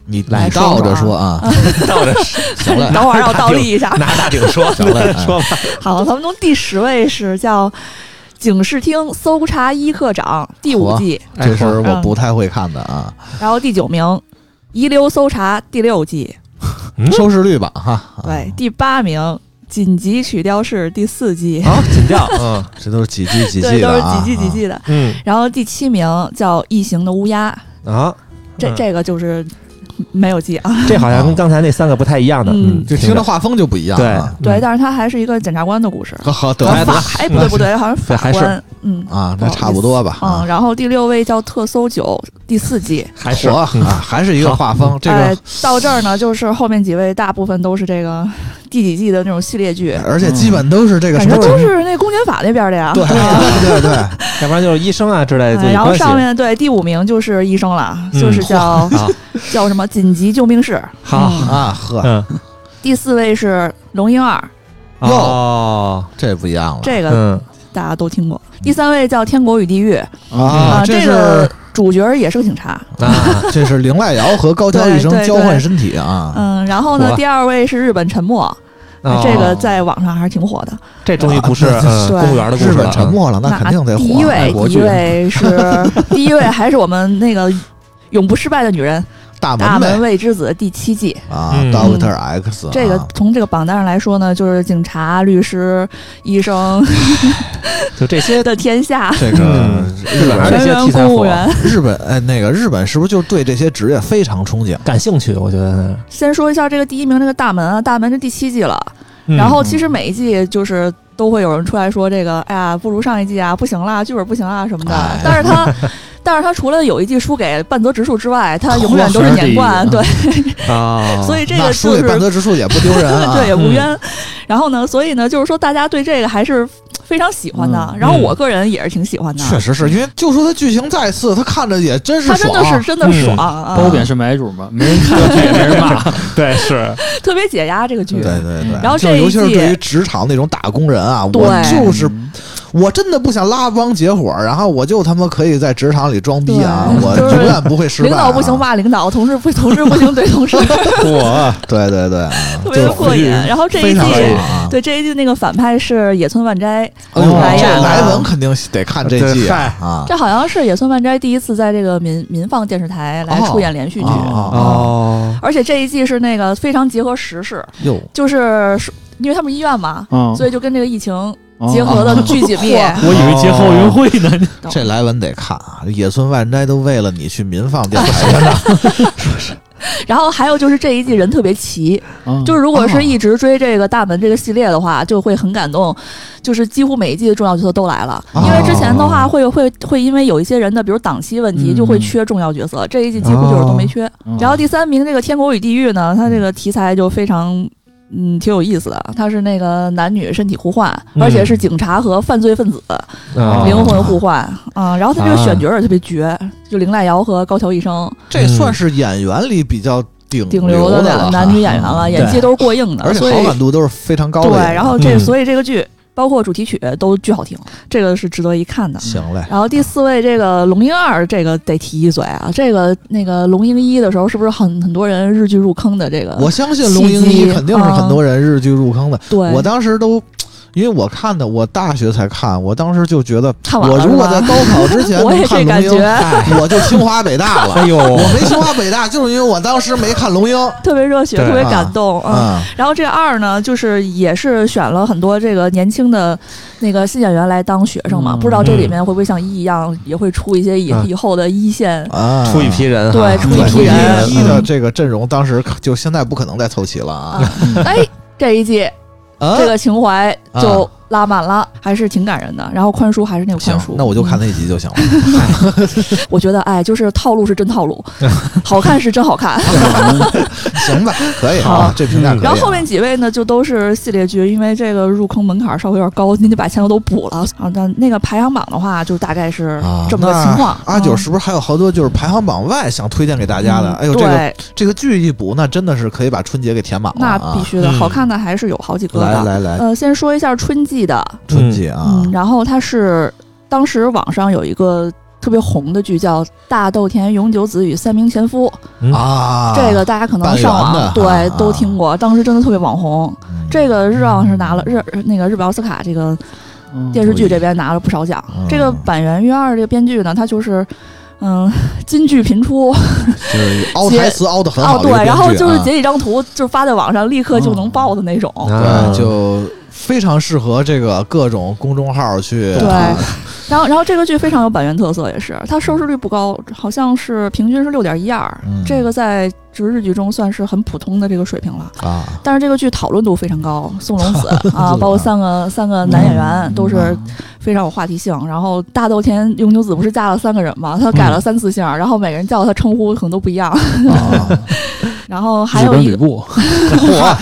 你来你倒着说啊， 倒着行了， 等会儿让我倒立一下。 拿大顶说， 行了， 说吧。 好，咱们从第十位是叫警视厅搜查一课长第五季， 这是我不太会看的啊。 然后第九名遗留搜查第六季， 嗯收视率榜哈。 对，第八名紧急曲调式第四季， 啊，紧调，嗯这都是几季几对， 季的啊， 都是几季几季的。 嗯然后第七名叫异形的乌鸦， 啊， 这嗯这个就是没有记啊。 这好像跟刚才那三个不太一样的， 嗯嗯， 就听着画风就不一样啊。 对，但是它还是一个检察官的故事。 好好得法哎，不对不对，好像是法还是官。嗯啊，那差不多吧。 嗯，然后第六位叫特搜九第四季， 还是火啊，还是一个画风。这哎个， 到这儿呢，就是后面几位大部分都是这个第几季的那种系列剧， 而且基本都是这个感觉什么都是那公检法那边的呀。 对对对对， 要不然就是医生啊之类的。 嗯然后上面对第五名就是医生了， 嗯就是叫好叫什么紧急救命室。 好嗯啊呵， 嗯第四位是龙鹰二， 哦， 这不一样了这个嗯大家都听过。第三位叫天国与地狱啊， 这是个主角也是个警察。 啊， 这是林濑遥和高桥医生对对交换身体啊。 嗯，然后呢， 火第二位是日本沉默， 哦这个在网上还是挺火的。 这终于不是啊呃对公务员的故事了日本沉默了，那肯定得火。 第一位，第一爱国剧位是第一位还是我们那个永不失败的女人大大门门呗卫之子第七季。 啊嗯 ，Doctor X 啊。 这个从这个榜单上来说呢，就是警察、律师、医生就这些的天下， 这个嗯日本全还是这些员题材火公务员。 日本哎，那个日本是不是就对这些职业非常憧憬？ 感兴趣，我觉得。 先说一下这个第一名这个大门啊，大门是第七季了。 嗯然后其实每一季就是都会有人出来说这个，哎呀，不如上一季啊，不行啦，剧本不行啊什么的。 哎但是他，但是他除了有一季输给半泽直树之外，他永远都是年冠，对， 啊， 所以这个那输就是给半泽直树也不丢人啊。 对也无冤。然后呢，所以呢，就是说大家对这个还是非常喜欢的。 嗯然后我个人也是挺喜欢的， 确实是因为就说他剧情再次，他看着也真是他真的爽是真的爽啊， 褒贬是买主嘛，没人看剧也没人骂。 对是， 特别解压这个剧。 对对对。 然后就这一季尤其是对于职场那种打工人啊， 对我就是我真的不想拉帮结伙，然后我就他妈可以在职场里装逼啊， 对我就是永远不会失败啊。 领导不行骂领导，同事不同事不行怼同事， 我对对对，啊特别的过瘾。然后这一季非常爽啊。 对这一季那个反派是野村万斋哎呦，这来演的莱文肯定得看这季啊啊！ 这好像是野村万斋第一次在这个民民放电视台来出演连续剧， 哦哦， 而且这一季是那个非常结合时事， 哟， 就是因为他们医院嘛， 嗯， 所以就跟这个疫情结合的巨紧密。 我以为接奥运会呢。 这莱文得看啊！野村万斋都为了你去民放电台了。 然后还有就是这一季人特别齐， 嗯就是如果是一直追这个大门这个系列的话，就会很感动，就是几乎每一季的重要角色都来了。 哦因为之前的话会会会因为有一些人的比如档期问题， 嗯就会缺重要角色，这一季几乎就是都没缺。 哦然后第三名这个《天国与地狱》呢，它这个题材就非常。嗯，挺有意思的。它是那个男女身体互换， 嗯而且是警察和犯罪分子、 啊灵魂互换啊、然后他这个选角也特别绝，就林濑遥和高桥医生这算是演员里比较顶顶流的的了两男女演员了，演技都是过硬的， 而且所以好感度都是非常高的对， 演员。 然后这、 嗯所以这个剧包括主题曲都巨好听，这个是值得一看的。 行嘞， 然后第四位这个龙樱二，这个得提一嘴啊，这个那个龙樱一的时候，是不是很很多人日剧入坑的这个？ 我相信龙樱一肯定是很多人日剧入坑的。 对， 我当时都。因为我看的，我大学才看，我当时就觉得， 看完了我如果是吧在高考之前我也能看龙这感觉樱，我就清华北大了。 哎呦， 我没清华北大，就是因为我当时没看龙樱。 特别热血， 对特别感动啊。 嗯， 然后这二呢，就是也是选了很多这个年轻的那个新演员来当学生嘛， 嗯不知道这里面会不会像一一样，也会出一些以、 嗯以后的一线。 啊， 出一批人哈， 对出一对批人一的这个阵容，当时就现在不可能再凑齐了啊。 啊，哎，这一季啊这个情怀就拉满了，还是挺感人的。然后宽恕还是那个宽恕，， 行那我就看那集就行了。 我觉得哎，就是套路是真套路，好看是真好看。 行吧，可以好啊，这评价可以啊。 然后后面几位呢，就都是系列剧，因为这个入坑门槛稍微有点高，您得把前头都补了。啊，那那个排行榜的话，就大概是啊， 这么个情况。 那阿九嗯是不是还有好多就是排行榜外想推荐给大家的？ 嗯哎呦，这个对， 这个剧一补，那真的是可以把春节给填满了那啊！ 必须的， 嗯好看的还是有好几个的。 来来来， 呃，先说一下春季的， 春节啊嗯，，然后它是当时网上有一个特别红的剧，叫《大豆田永久子与三名前夫》 啊， 这个大家可能上网对、 啊、 都听过，当时真的特别网红。 嗯、 这个日奥是拿了日那个日本奥斯卡这个电视剧这边拿了不少奖。嗯、这个板垣瑞二这个编剧呢，他就是。嗯，金句频出， 就是凹台词凹的很好、啊。 哦，对，然后就是截几张图，就发在网上，立刻就能爆的那种。 嗯、对，就非常适合这个各种公众号去。 对，然后然后这个剧非常有板垣特色，也是它收视率不高，好像是平均是六点一二，这个在就是日剧中算是很普通的这个水平了啊。但是这个剧讨论度非常高，宋龙子啊，包括三个三个男演员都是非常有话题性。然后大豆田永久子不是嫁了三个人嘛，他改了三次姓，然后每个人叫他称呼可能都不一样。然后还有一个， 嚯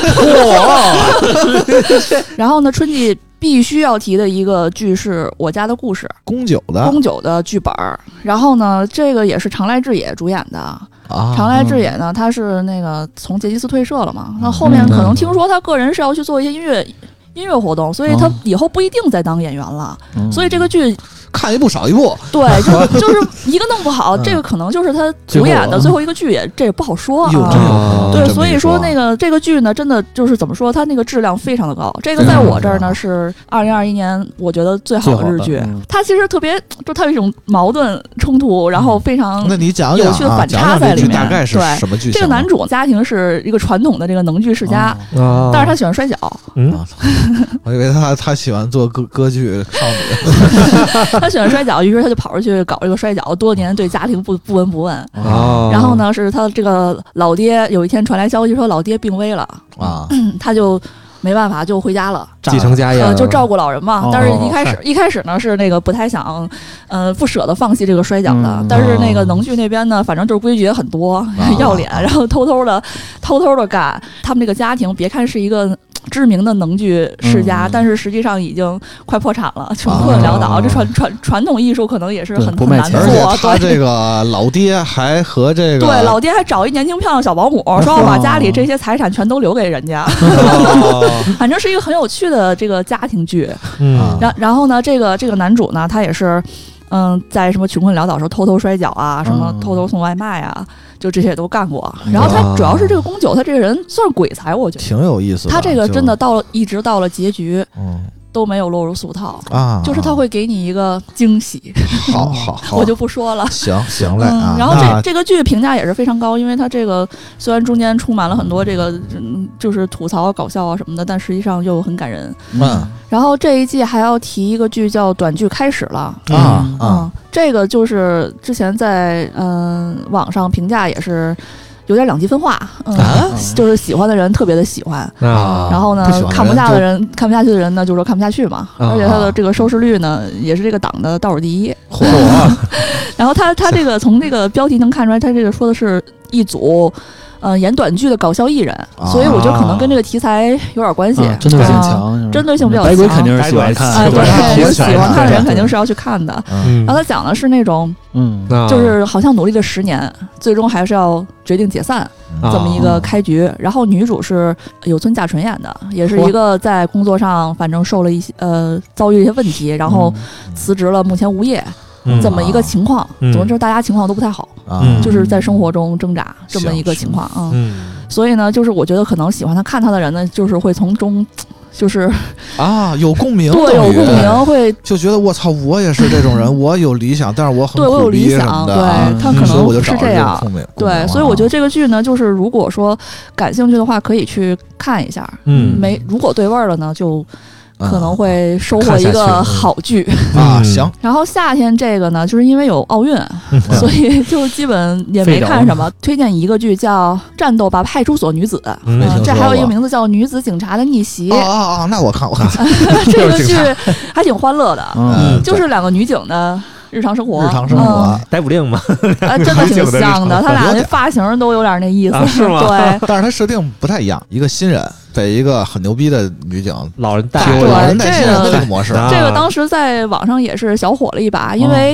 嚯！然后呢，春季必须要提的一个剧是《我家的故事》， 宫九的宫九的剧本。然后呢，这个也是长濑智也主演的。啊、长濑智也呢，他是那个从杰尼斯退社了嘛，那后面可能听说他个人是要去做一些音乐音乐活动，所以他以后不一定再当演员了。嗯、所以这个剧。 看一部少一部， 对，就是就是一个弄不好，这个可能就是他主演的最后一个剧，也这也不好说啊。对，所以说那个这个剧呢，真的就是怎么说，它那个质量非常的高。这个在我这儿呢是二零二一年我觉得最好的日剧。它其实特别，就它有一种矛盾冲突，然后非常那你讲有趣的反差在里面。 大概是什么剧？ 这个男主家庭是一个传统的这个能剧世家，但是他喜欢摔跤。 嗯，我以为他他喜欢做歌歌剧少女。 他喜欢摔跤，于是他就跑出去搞这个摔跤，多年对家庭不不闻不问。哦、然后呢，是他这个老爹有一天传来消息说老爹病危了啊，他就没办法就回家了， 继承家业、 呃，就照顾老人嘛。哦、但是一开始、哦、一开始呢是那个不太想，呃，不舍得放弃这个摔跤的。嗯、但是那个能剧那边呢，反正就是规矩也很多，哦、要脸，然后偷偷的偷偷的干。他们这个家庭，别看是一个。知名的能剧世家、嗯，但是实际上已经快破产了，穷困潦倒。啊、这传传传统艺术可能也是很很难做。 而且他这个老爹还和这个对老爹还找一年轻漂亮小保姆，说要把家里这些财产全都留给人家。 哦、 反正是一个很有趣的这个家庭剧。嗯，然然后呢，这个这个男主呢，他也是。嗯，在什么穷困潦倒的时候偷偷摔跤啊，什么偷偷送外卖啊，就这些也都干过。然后他主要是这个宫九，他这个人算是鬼才，我觉得挺有意思的。 他这个真的到了一直到了结局，嗯，都没有落入俗套啊，就是他会给你一个惊喜。 好好好， 我就不说了。 行行嘞啊。 嗯、然后这这个剧评价也是非常高，因为它这个虽然中间充满了很多这个嗯就是吐槽、搞笑啊什么的，但实际上又很感人。嗯。然后这一季还要提一个剧叫《短剧开始了》 啊、 嗯、啊，这个就是之前在嗯、呃、网上评价也是有点两极分化，嗯、啊，就是喜欢的人特别的喜欢啊，然后呢看不下的人看不下去的人呢就说看不下去嘛，啊、而且它的这个收视率呢也是这个档的倒数第一。 嚯！ 然后他他这个从这个标题能看出来，他这个说的是一组。呃，演短剧的搞笑艺人，啊、所以我觉得可能跟这个题材有点关系， 啊、针对性强， 啊、针对性比较强。 白鬼肯定是喜欢看， 啊，对，喜欢看的人肯定是要去看的。 嗯、 然后他讲的是那种， 嗯， 就是好像努力了十年，最终还是要决定解散、嗯、这么一个开局。啊、然后女主是有村架纯演的，也是一个在工作上反正受了一些呃遭遇一些问题，然后辞职了，目前无业。嗯、这么一个情况， 嗯、 总之大家情况都不太好， 嗯、 就是在生活中挣扎这么一个情况啊。嗯，所以呢，就是我觉得可能喜欢他看他的人呢，就是会从中，就是啊有共鸣， 对，有共鸣，会就觉得我操，我也是这种人，我有理想，但是我很对我有理想，对他可能是这样，对，所以我觉得这个剧呢，就是如果说感兴趣的话，可以去看一下， 嗯， 没如果对味儿了呢，就。可能会收获一个好剧啊，行。 然后夏天这个呢，就是因为有奥运，所以就基本也没看什么。推荐一个剧叫《战斗吧派出所女子》， 嗯， 这还有一个名字叫《女子警察的逆袭》。 哦哦哦，那我看我看， 这个剧还挺欢乐的，嗯，就是两个女警的。日常生活， 日常生活， 逮捕令嘛， 啊，真的挺像的，他俩那发型都有点那意思， 啊、是吗？ 对， 但是他设定不太一样，一个新人被一个很牛逼的女警老人带， 老人带新人的这个模式， 这个当时在网上也是小火了一把，因为。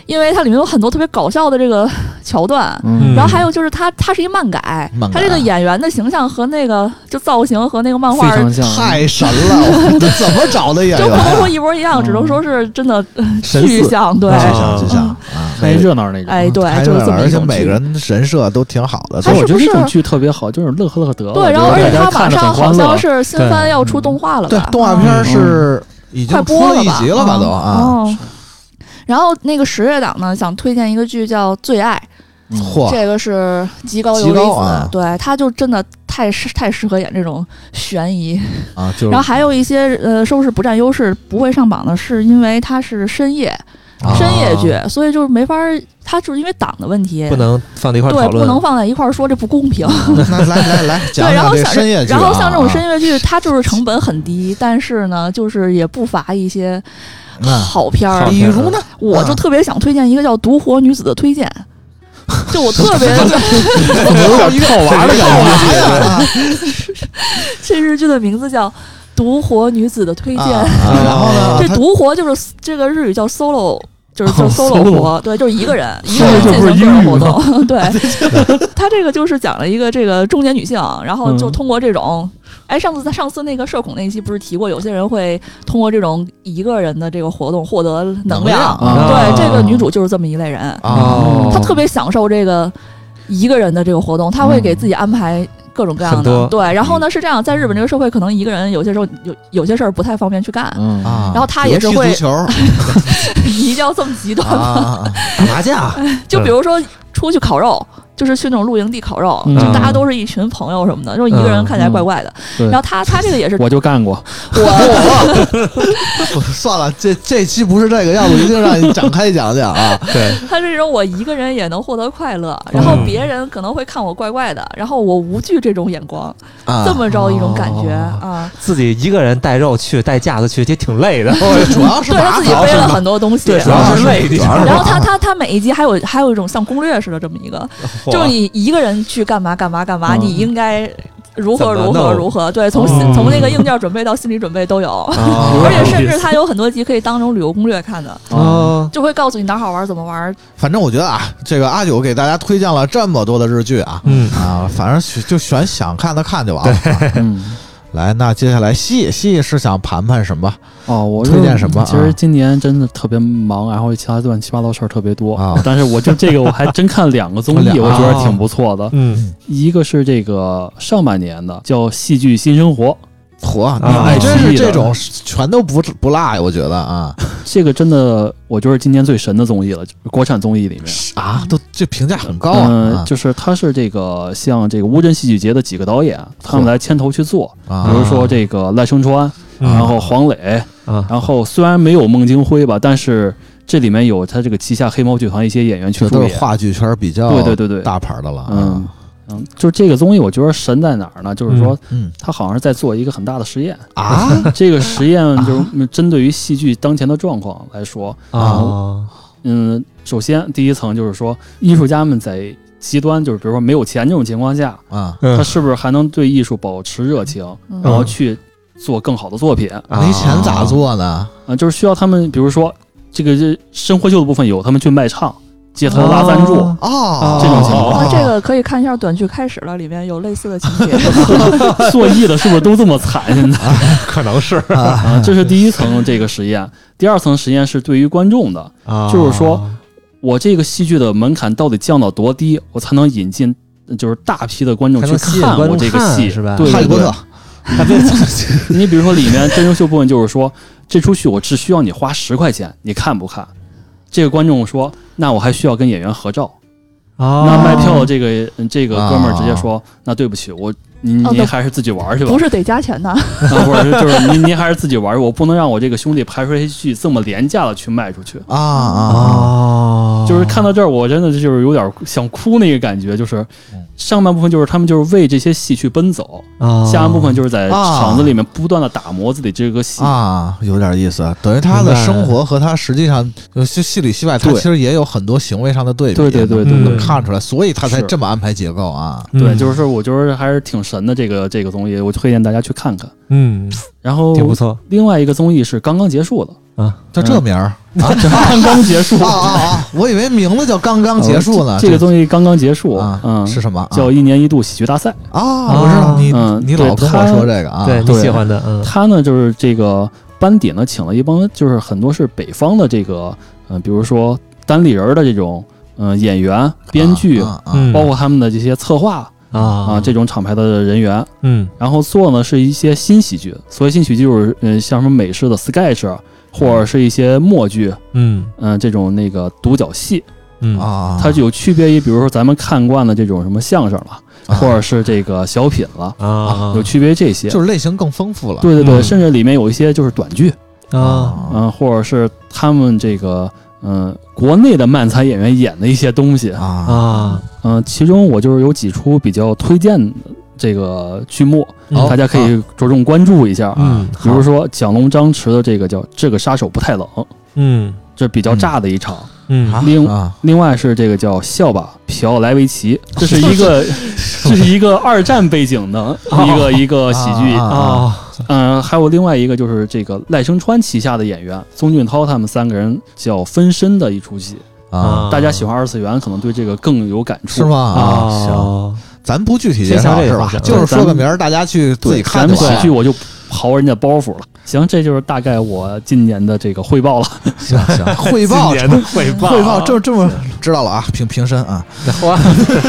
因为它里面有很多特别搞笑的这个桥段， 嗯然后还有就是它它是一漫改， 漫改它这个演员的形象和那个就造型和那个漫画非常像， 太神了！我这怎么找的演就不能说员？ 一模一样，只能说是真的呃神似巨像，对， 就啊像就像啊， 太热闹那种。 哎，对， 太热闹， 就是这么而且一种剧每个人人设都挺好的。 它是不是所以我觉得这种剧特别好，就是乐呵乐呵得了。 对，然后而且它马上好像是是新番要出动画了吧？ 对动画片是已经快出了一播了吧？ 集了吧？都啊， 哦。然后那个十月档呢，想推荐一个剧叫《最爱》， 嚯， 这个是极高游极离子， 高啊对，他就真的太适太适合演这种悬疑。 啊，就然后还有一些呃收视不占优势不会上榜的，是因为它是深夜、 啊深夜剧，所以就是没法儿，它就是因为档的问题， 不能放在一块对讨论， 不能放在一块儿说，这不公平。 那来来来讲对，然讲这后像深夜剧啊， 然后像这种深夜夜剧，它就是成本很低，但是呢，就是也不乏一些好片儿。 比如呢， 我就特别想推荐一个叫《独活女子》的推荐，就我特别有点套娃的感觉呀。 这日剧的名字叫《独活女子的推荐》， 啊然后呢， 这他独活就是这个日语叫 solo。就是叫哦 solo solo 活，对，就是一个人，一个人进行个人活动。对，他这个就是讲了一个这个中年女性，然后就通过这种，哎，上次上次那个社恐那一期不是提过，有些人会通过这种一个人的这个活动获得能量。 啊对，这个女主就是这么一类人， 啊， 她特别享受这个一个人的这个活动，她会给自己安排各种各样的。 很多对，然后呢是这样，在日本这个社会，可能一个人有些时候有有些事儿不太方便去干。 嗯啊， 然后他也是会比如踢足球你一定要这么极端吗？ 啊， 打麻将， 就比如说出去烤肉，就是去那种露营地烤肉， 嗯就大家都是一群朋友什么的，就是一个人看起来怪怪的。 对然后他他这个也是我就干过， 我算了，这这期不是这个，要不一定让你展开讲讲啊。 对， 他是这种我一个人也能获得快乐，然后别人可能会看我怪怪的，然后我无惧这种眼光， 啊， 这么着一种感觉哦啊。 自己一个人带肉去，带架子去，也挺累的。 主要是对他麻烦自己背了很多东西， 对主要是累主要是然后他他他每一集还有还有一种像攻略似的这么一个，就是你一个人去干嘛干嘛干嘛， 嗯你应该如何如怎么弄何如何，对，从心哦从那个硬件准备到心理准备都有， 哦而且甚至它有很多集可以当成旅游攻略看的， 哦， 就会告诉你哪儿好玩怎么玩。 反正我觉得啊，这个阿九给大家推荐了这么多的日剧啊， 嗯啊，反正选就选想看的看就完了。啊嗯。 来，那接下来西西是想盘盘什么哦，我推荐什么其实今年真的特别忙，然后其他乱七八糟事儿特别多啊但是我就这个我还真看两个综艺， 两个我觉得挺不错的。 嗯， 一个是这个上半年的叫《戏剧新生活》， 火，你啊你真是爱奇艺的这种全都不不落呀，我觉得啊这个真的我觉得今年最神的综艺了，就是国产综艺里面。 啊，都这评价很高啊， 嗯、 啊就是他是这个像这个乌镇戏剧节的几个导演，他们来牵头去做， 啊比如说这个赖声川， 嗯然后黄磊， 啊， 然后虽然没有孟京辉吧，但是这里面有他这个旗下黑猫剧团一些演员去这都是助演。 话剧圈比较对对对对大牌的了啊， 嗯嗯，就是这个综艺，我觉得神在哪儿呢？就是说， 嗯他好像是在做一个很大的实验。 啊这个实验就是针对于戏剧当前的状况来说， 啊， 嗯，首先第一层就是说，艺术家们在极端，就是比如说没有钱这种情况下， 啊， 嗯他是不是还能对艺术保持热情， 嗯然后去做更好的作品？啊、 没钱咋做呢？ 就是需要他们，比如说这个这生活秀的部分有他们去卖唱、街头拉赞助。 哦哦， 这种情况那这个可以看一下短剧开始了，里面有类似的情节。 做艺的是不是都这么惨？现在可能是啊，这是第一层这个实验。第二层实验是对于观众的， 啊就是说我这个戏剧的门槛到底降到多低，我才能引进就是大批的观众去才能吸引看我观众这个戏， 看是吧对对对哈利波特。 你比如说里面真人秀部分，就是说这出戏我只需要你花十块钱，你看不看？这个观众说，那我还需要跟演员合照。 啊那卖票的这个这个哥们儿直接说，那对不起，我您哦那您还是自己玩去吧。 不是得加钱的， 啊，不是，就是您您还是自己玩，我不能让我这个兄弟排出来剧这么廉价的去卖出去。 啊啊啊， 就是看到这儿，我真的就是有点想哭那个感觉。就是嗯上半部分就是他们就是为这些戏去奔走， 啊下半部分就是在啊场子里面不断的打磨自己这个戏。 啊，有点意思。等于他的生活和他实际上就戏戏里戏外，他对其实也有很多行为上的对比， 对对对对能对看出来，所以他才是这么安排结构啊。 对， 嗯就是说我觉得还是挺神的这个这个综艺，我推荐大家去看看。 嗯， 然后挺不错另外一个综艺是刚刚结束的， 啊， 叫这名儿啊？ 刚刚结束啊啊啊！我以为名字叫刚刚结束呢。 这个综艺刚刚结束啊， 嗯， 是什么？ 叫一年一度喜剧大赛啊！我知道你嗯你老跟我说这个啊， 对你喜欢的，嗯， 他呢就是这个班底呢，请了一帮就是很多是北方的这个，嗯，比如说单立人的这种，嗯，演员、编剧，包括他们的这些策划。啊啊，这种厂牌的人员， 嗯， 然后做呢是一些新喜剧，所谓新喜剧就是，嗯，像什么美式的 sketch， 或者是一些默剧， 嗯嗯、呃，这种那个独角戏， 嗯啊， 它就有区别于，比如说咱们看惯的这种什么相声了，啊、或者是这个小品了啊， 有区别于这些， 就是类型更丰富了。 对对对， 嗯、 甚至里面有一些就是短剧啊， 嗯、呃，或者是他们这个。嗯、呃，国内的漫才演员演的一些东西啊啊， 嗯、呃，其中我就是有几出比较推荐的这个剧目， 哦、 大家可以着重关注一下啊。 嗯， 比如说蒋龙、张弛的这个叫《这个杀手不太冷》， 嗯， 这比较炸的一场。 嗯， 另、 啊、 另外是这个叫《笑吧，朴莱维奇》，这是一个这是一个二战背景的一个、哦、一个喜剧啊。哦嗯，还有另外一个就是这个赖声川旗下的演员宗俊涛他们三个人叫分身的一出戏啊， 大家喜欢二次元可能对这个更有感触， 是吗？ 啊， 行，咱不具体介绍是吧？就是说个名儿，大家去自己看。 咱们喜剧我就刨人家包袱了。行，这就是大概我今年的这个汇报了。 行行，汇报今年的汇报， 汇报这这么知道了啊，评评审啊。 哇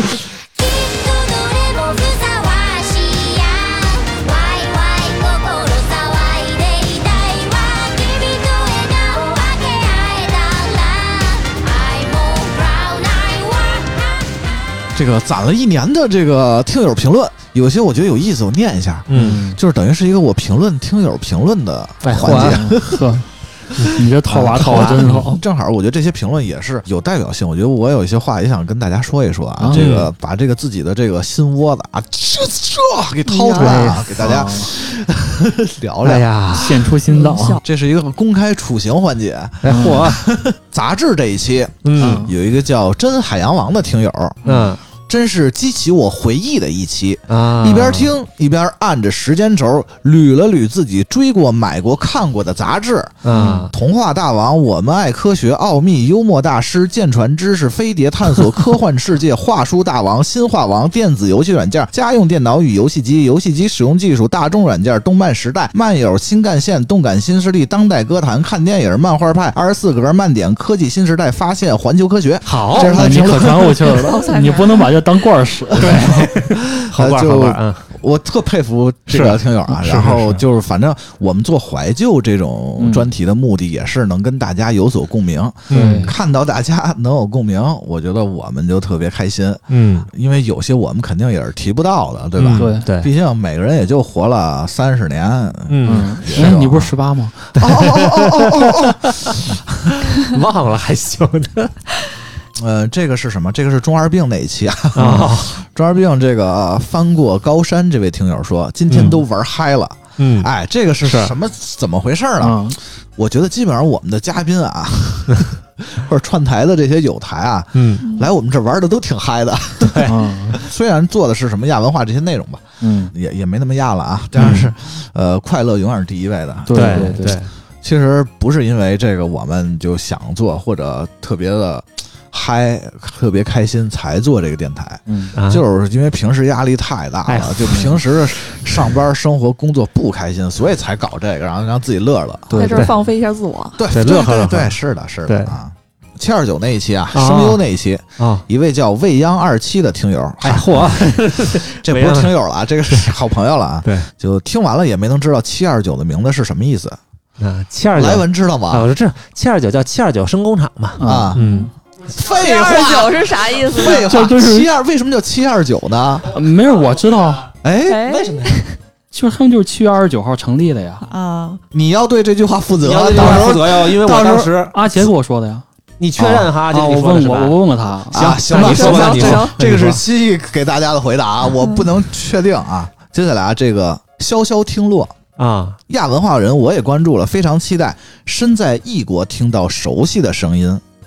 这个攒了一年的这个听友评论，有些我觉得有意思，我念一下。 嗯， 就是等于是一个我评论听友评论的环节。 呵，你这套娃套的真好。 正好我觉得这些评论也是有代表性，我觉得我有一些话也想跟大家说一说啊。 嗯、 这个把这个自己的这个心窝子啊，这这给掏出来啊，给大家聊聊。 哎呀， 献出心脏， 这是一个公开处刑环节。 哎嚯！ 杂志这一期， 嗯， 有一个叫真海洋王的听友， 嗯。 真是激起我回忆的一期啊！ 一边听一边按着时间轴捋了捋自己追过、买过、看过的杂志。 嗯， 童话大王、我们爱科学、奥秘、幽默大师、舰船知识、飞碟探索、科幻世界、话书大王、新话王、电子游戏软件、家用电脑与游戏机、游戏机使用技术、大众软件、动漫时代、漫友、新干线、动感新势力、当代歌坛、看电影、漫画派、二十四格、漫点、科技新时代、发现、环球科学。 好， 这是他的你可传过去了，你不能把这当罐儿使。 对，好罐好罐啊！ 我特佩服这个听友啊，然后就是反正我们做怀旧这种专题的目的也是能跟大家有所共鸣， 嗯， 看到大家能有共鸣，我觉得我们就特别开心， 嗯， 因为有些我们肯定也是提不到的，对吧？ 对对， 毕竟每个人也就活了三十年， 嗯， 哎，你不是十八吗？ 哦哦哦哦哦， 忘了还行的。 呃，这个是什么？这个是中二病那一期啊。 哦、 中二病这个翻过高山，这位听友说，今天都玩嗨了。 嗯， 哎，这个是什么？怎么回事呢？ 嗯、 我觉得基本上我们的嘉宾啊，或者串台的这些友台啊， 嗯， 来我们这玩的都挺嗨的。 对， 嗯、 虽然做的是什么亚文化这些内容吧， 嗯， 也也没那么亚了啊。但是，嗯、呃，快乐永远是第一位的。 对对对, 对， 其实不是因为这个我们就想做或者特别的。嗨，特别开心才做这个电台， 嗯， 就是因为平时压力太大了， 哎、 就平时上班、生活、工作不开心，所以才搞这个，然后让自己乐乐， 在这放飞一下自我， 对， 对，乐呵乐呵， 对，是的，是的啊。七二九那一期啊， 啊声优那一期啊， 一位叫未央二七的听友， 哎嚯， 这不是听友了啊，这个是好朋友了啊。 对， 就听完了也没能知道七二九的名字是什么意思。 啊，七二九， 莱文知道吗？ 啊，我知道，七二九叫七二九声工厂嘛。 啊， 嗯。 废话， 二九是啥意思？ 废话， 就是七二为什么叫七二九呢？ 没有，我知道。 哎， 为什么呀？ 就是他们就是七月二十九号成立的呀。 啊， 你要对这句话负责， 到时候负责哟，因为我当时阿杰跟我说的呀。 你确认哈？ 啊，我问过，我问过他。 行行吧， 你说吧，你说， 这个是蜥蜴给大家的回答啊，我不能确定啊。接下来啊，这个潇潇听落啊， 亚文化人我也关注了，非常期待身在异国听到熟悉的声音。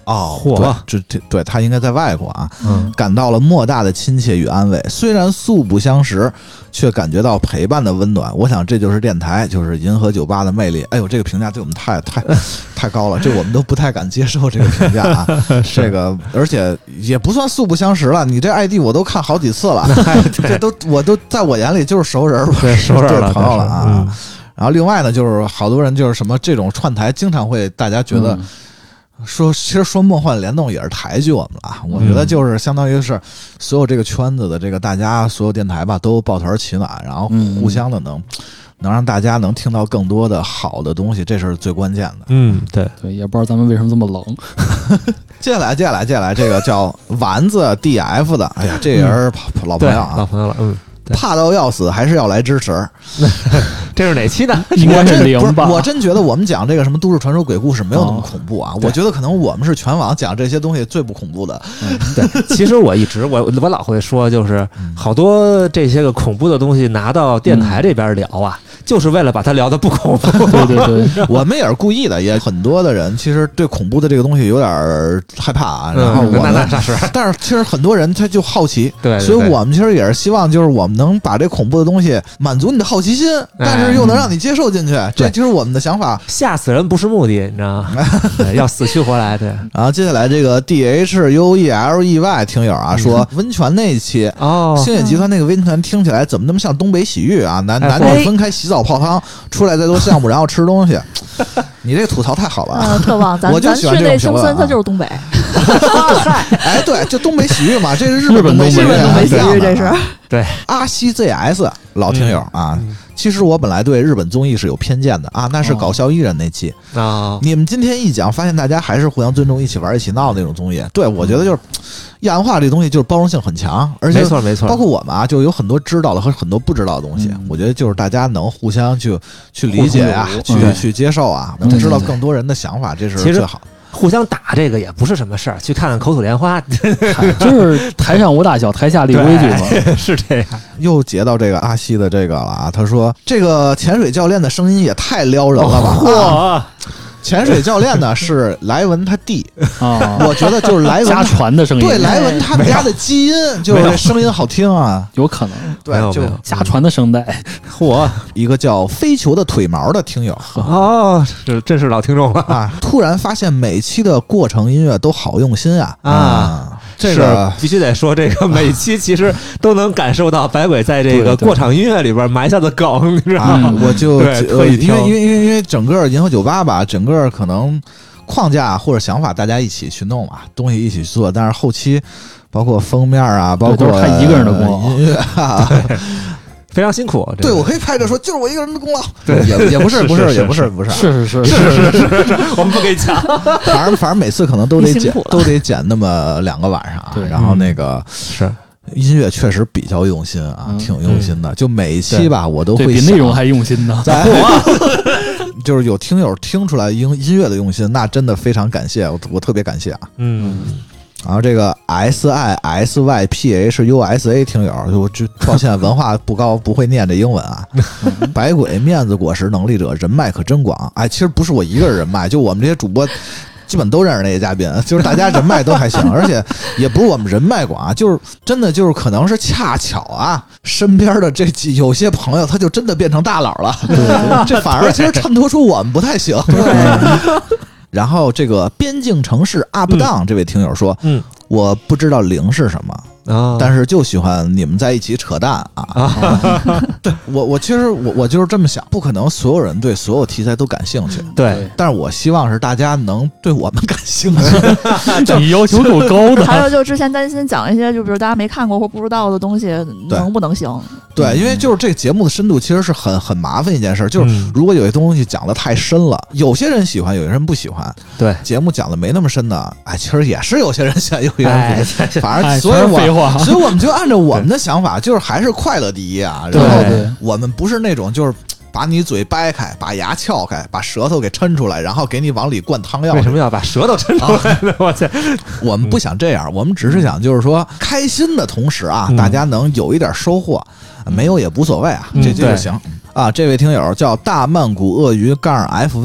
哦， 嚯， 这这对他应该在外国啊， 嗯， 感到了莫大的亲切与安慰。虽然素不相识，却感觉到陪伴的温暖。我想这就是电台，就是银河酒吧的魅力。哎呦，这个评价对我们太太太高了，这我们都不太敢接受这个评价啊。这个而且也不算素不相识了，你这 I D 我都看好几次了，这都我都在我眼里就是熟人， 对，熟人了， 朋友了啊。 嗯， 然后另外呢，就是好多人就是什么这种串台，经常会大家觉得。嗯说，其实说梦幻联动也是抬举我们了。我觉得就是相当于是所有这个圈子的这个大家，所有电台吧都抱团取暖，然后互相的能、嗯、能让大家能听到更多的好的东西，这是最关键的。 嗯，对对，也不知道咱们为什么这么冷。 接下来，接下来，接下来，这个叫丸子 D F 的，哎呀，这也是老朋友啊， 老朋友了，嗯。 怕到要死，还是要来支持。 这是哪期呢？ 应该是零吧。 我真觉得我们讲这个什么都市传说、鬼故事没有那么恐怖啊！哦、我觉得可能我们是全网讲这些东西最不恐怖的。 嗯、对，其实我一直我我老会说，就是好多这些个恐怖的东西拿到电台这边聊啊，嗯、就是为了把它聊得不恐怖。 对对对， 我们也是故意的，也很多的人其实对恐怖的这个东西有点害怕啊。然后我们， 那那是， 但是其实很多人他就好奇， 对， 所以我们其实也是希望，就是我们能把这恐怖的东西满足你的好奇心，但是又能让你接受进去，这就是我们的想法。 吓死人不是目的，你知道吗？要死去活来。对。 然后接下来这个 D H U E L E Y 听友啊说，温泉那一期哦， 星野集团那个温泉听起来怎么那么像东北洗浴啊？男男女分开洗澡泡汤，出来再做项目，然后吃东西。你这个吐槽太好了， 啊，特棒！咱我就喜欢咱去那生森， 这种评论啊它就是东北。 哎，对，就东北洗浴嘛，这是日本东北洗浴， 日本东北洗浴，这是。 对， 阿西 Z S 老听友啊， 嗯、 其实我本来对日本综艺是有偏见的啊，那是搞笑艺人那期啊。哦、 你们今天一讲，发现大家还是互相尊重、一起玩、一起闹的那种综艺。对，我觉得就是亚文化这东西就是包容性很强，而且没错没错， 包括我们啊，就有很多知道的和很多不知道的东西。嗯、我觉得就是大家能互相去去理解啊，去、嗯、去接受啊，能知道更多人的想法，这是最好的。 互相打这个也不是什么事儿，去看看口吐莲花， 就是台上无大小，台下立规矩嘛， 是这样。 又截到这个阿西的这个了啊，他说这个潜水教练的声音也太撩人了吧！ 哇、 哦，潜水教练呢是莱文他弟啊，我觉得就是莱文家传的声音， 对莱文他们家的基因就是声音好听啊， 有可能， 对，就家传的声带。 嚯，一个叫飞球的腿毛的听友哦，这真是老听众了啊！突然发现每期的过程音乐都好用心啊啊！这个必须得说，这个每期其实都能感受到百鬼在这个过场音乐里边埋下的梗，你知道吗？ 我就特意因为因为因为因为整个银河酒吧吧，整个可能框架或者想法大家一起去弄嘛，东西一起去做，但是后期包括封面啊，包括他一个人的功劳， 音乐啊。 非常辛苦， 对，我可以拍着说，就是我一个人的功劳。 对， 也也不是，不是，也不是，不是， 是是是是是是，我们不给你讲。 反正反正每次可能都得剪，都得剪那么两个晚上。 对， 然后那个是音乐确实比较用心啊，挺用心的。就每一期吧，我都会比内容还用心呢。 在就是有听友听出来音音乐的用心，那真的非常感谢，我我特别感谢啊。 嗯。 然后这个 S I S Y P H U S A 听友，就就抱歉，文化不高，不会念这英文啊。百鬼面子果实能力者，人脉可真广。哎，其实不是我一个人人脉，就我们这些主播基本都认识那些嘉宾，就是大家人脉都还行，而且也不是我们人脉广，就是真的就是可能是恰巧啊，身边的这几有些朋友他就真的变成大佬了，这反而其实衬托出我们不太行。然后这个边境城市 up down、嗯、这位听友说， 嗯， 我不知道零是什么。 啊！ 但是就喜欢你们在一起扯淡啊！啊对我，我其实我我就是这么想，不可能所有人对所有题材都感兴趣， 对。 但是我希望是大家能对我们感兴趣。 你要求够高的。 还有就之前担心讲一些，就比如大家没看过或不知道的东西，能不能行？ 对，因为就是这个节目的深度其实是很很麻烦一件事，就是如果有些东西讲的太深了，有些人喜欢，有些人不喜欢。 对， 节目讲的没那么深的，哎，其实也是有些人喜欢，有些人不喜欢。反正所以我。所以我们就按照我们的想法，就是还是快乐第一啊。然后我们不是那种就是把你嘴掰开，把牙撬开，把舌头给抻出来，然后给你往里灌汤药。 为什么要把舌头抻出来呢？我去， 我们不想这样，我们只是想就是说开心的同时啊，大家能有一点收获，没有也无所谓啊，这这就行啊。这位听友叫大曼谷鳄鱼杠 F V。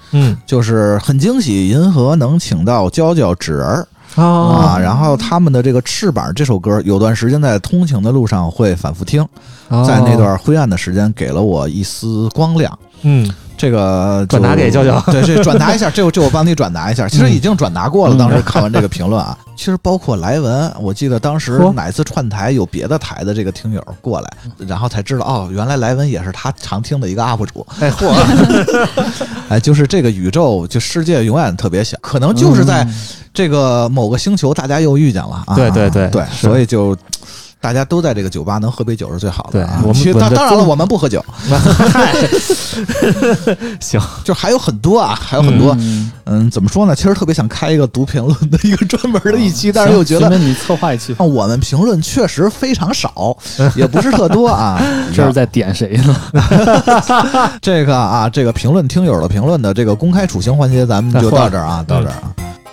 嗯， 就是很惊喜，银河能请到娇娇纸人哦、 啊，然后他们的这个翅膀这首歌，有段时间在通勤的路上会反复听， 哦、 在那段灰暗的时间给了我一丝光亮。 嗯。 这个转达给娇娇， 对，这转达一下，这这我帮你转达一下。其实已经转达过了， 嗯、 当时看完这个评论啊，其实包括莱文，我记得当时哪次串台有别的台的这个听友过来，然后才知道哦，原来莱文也是他常听的一个 U P 主。 哎嚯， 哎，就是这个宇宙，就世界永远特别小，可能就是在这个某个星球，大家又遇见了。啊、 对对对对，所以就。大家都在这个酒吧能喝杯酒是最好的、啊。 对，我们当当然了，我们不喝酒。 行， 就还有很多啊，还有很多。嗯, 嗯，怎么说呢？其实特别想开一个读评论的一个专门的一期，嗯、但是又觉得你策划一期， 我们评论确实非常少，也不是特多啊。 这是在点谁呢？ 这个啊，这个评论听友的评论的这个公开处刑环节，咱们就到这儿啊，到这儿啊。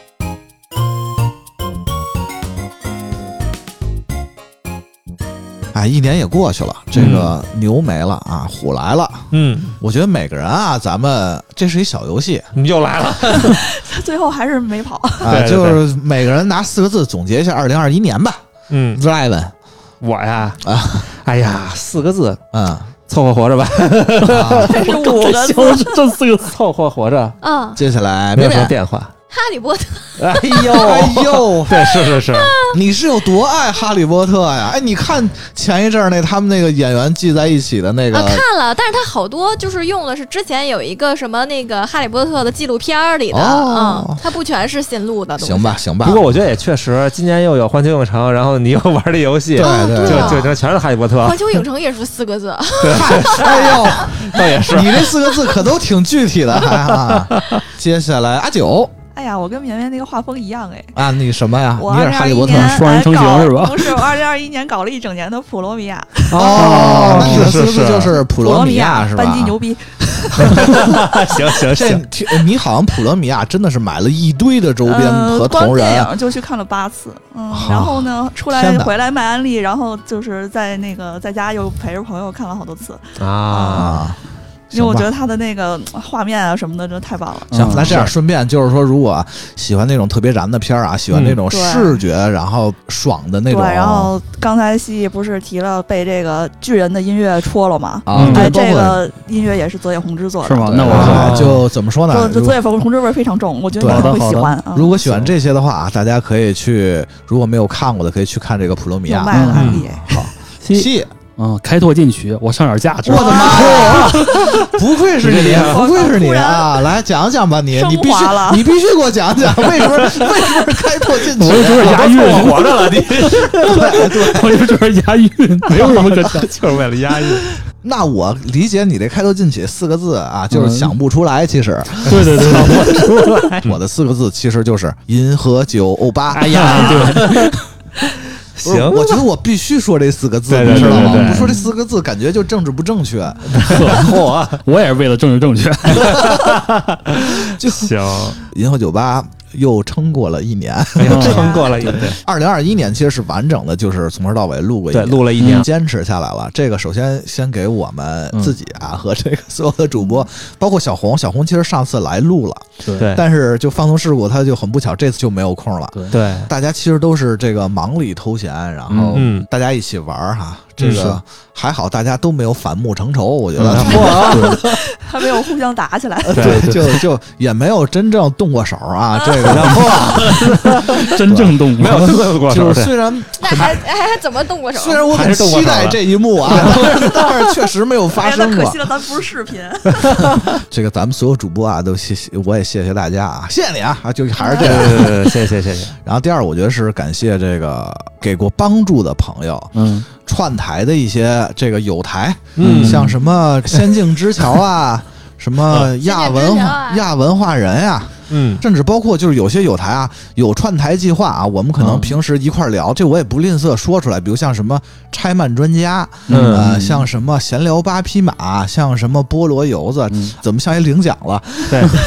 哎，一年也过去了，这个牛没了啊，虎来了。 嗯， 我觉得每个人啊，咱们这是一小游戏， 你又来了， 最后还是没跑。 啊，就是每个人拿四个字总结一下二零二一年吧。 嗯 ，Raven， 我呀， 啊， 哎呀，四个字， 嗯， 凑合活着吧。 这是五个字， 这四个凑合活着。 嗯， 接下来没有什么变化。 哈利波特， 哎呦哎呦， 对，是是是， 你是有多爱哈利波特呀？哎，你看前一阵儿那他们那个演员聚在一起的那个， 啊，看了，但是他好多就是用的是之前有一个什么那个哈利波特的纪录片里的， 哦、 嗯，它不全是新录的东西。 行吧，行吧。 不过我觉得也确实，今年又有环球影城，然后你又玩这游戏， 对对对， 就就全是哈利波特。 环球影城也是四个字， 对，哎呦， 倒也是， 你这四个字可都挺具体的，还啊。接下来阿九。 哎呀，我跟绵绵那个画风一样哎！ 啊，你什么呀？ 我你也是哈利波特双人成行是吧？ 不是，我二零二一年搞了一整年的普罗米亚。 哦，那你的四个字就是普罗米亚是吧？ 班级牛逼。 行行行， 这你好像普罗米亚真的是买了一堆的周边和同人， 光电影就去看了八次，嗯，然后呢，出来回来卖安利，然后就是在那个在家又陪着朋友看了好多次啊。 因为我觉得他的那个画面啊什么的真的太棒了。 行，那这样顺便就是说，如果喜欢那种特别燃的片儿啊，喜欢那种视觉然后爽的那种， 对。然后刚才西不是提了被这个巨人的音乐戳了吗？ 啊， 哎，这个音乐也是泽野弘之做的， 是吗？那我就怎么说呢？ 就泽野弘之味非常重，我觉得你们会喜欢。 如果喜欢这些的话，大家可以去，如果没有看过的，可以去看这个普罗米亚。 有卖了安利， 好，西。 嗯，开拓进取，我上点价值。 我的妈呀！不愧是你，不愧是你啊！来讲讲吧，你你必须你必须给我讲讲，为什么为什么开拓进取？ 我就觉得押韵， 活着了，你对对， 我就觉得押韵，没有什么可讲， 就是为了押韵。 那我理解你这开拓进取四个字啊，就是想不出来。其实， 对对对， 想不出来。 我的四个字其实就是银河九欧巴。 哎呀，对。行， 我觉得我必须说这四个字，你知道吗？不说这四个字，感觉就政治不正确。 我我也是为了政治正确。 就行， 银河酒吧又撑过了一年， 又撑过了一年。 二零二一年其实是完整的，就是从头到尾录过一年， 对，录了一年， 坚持下来了。这个首先先给我们自己啊、嗯、和这个所有的主播，包括小红，小红其实上次来录了， 对， 但是就放纵事故，他就很不巧，这次就没有空了。 对， 大家其实都是这个忙里偷闲，然后大家一起玩哈。嗯这个还好，大家都没有反目成仇，我觉得， 还没有互相打起来， 对，就就也没有真正动过手啊，这个真正动没有动过手， 就是虽然那还还还怎么动过手？ 虽然我很期待这一幕啊，但是确实没有发生过。 可惜了，咱不是视频。 这个咱们所有主播啊，都谢谢，我也谢谢大家啊，谢谢你啊，就还是这样，谢谢谢谢。 然后第二，我觉得是感谢这个给过帮助的朋友，嗯。串台的一些这个友台，嗯，像什么仙境之桥啊，什么亚文化亚文化人呀、啊，嗯，甚至包括就是有些友台啊，有串台计划啊，我们可能平时一块聊，嗯、这我也不吝啬说出来，比如像什么拆漫专家，嗯，呃，像什么闲聊八匹马，像什么菠萝油子，嗯、怎么像一领奖了？ 对。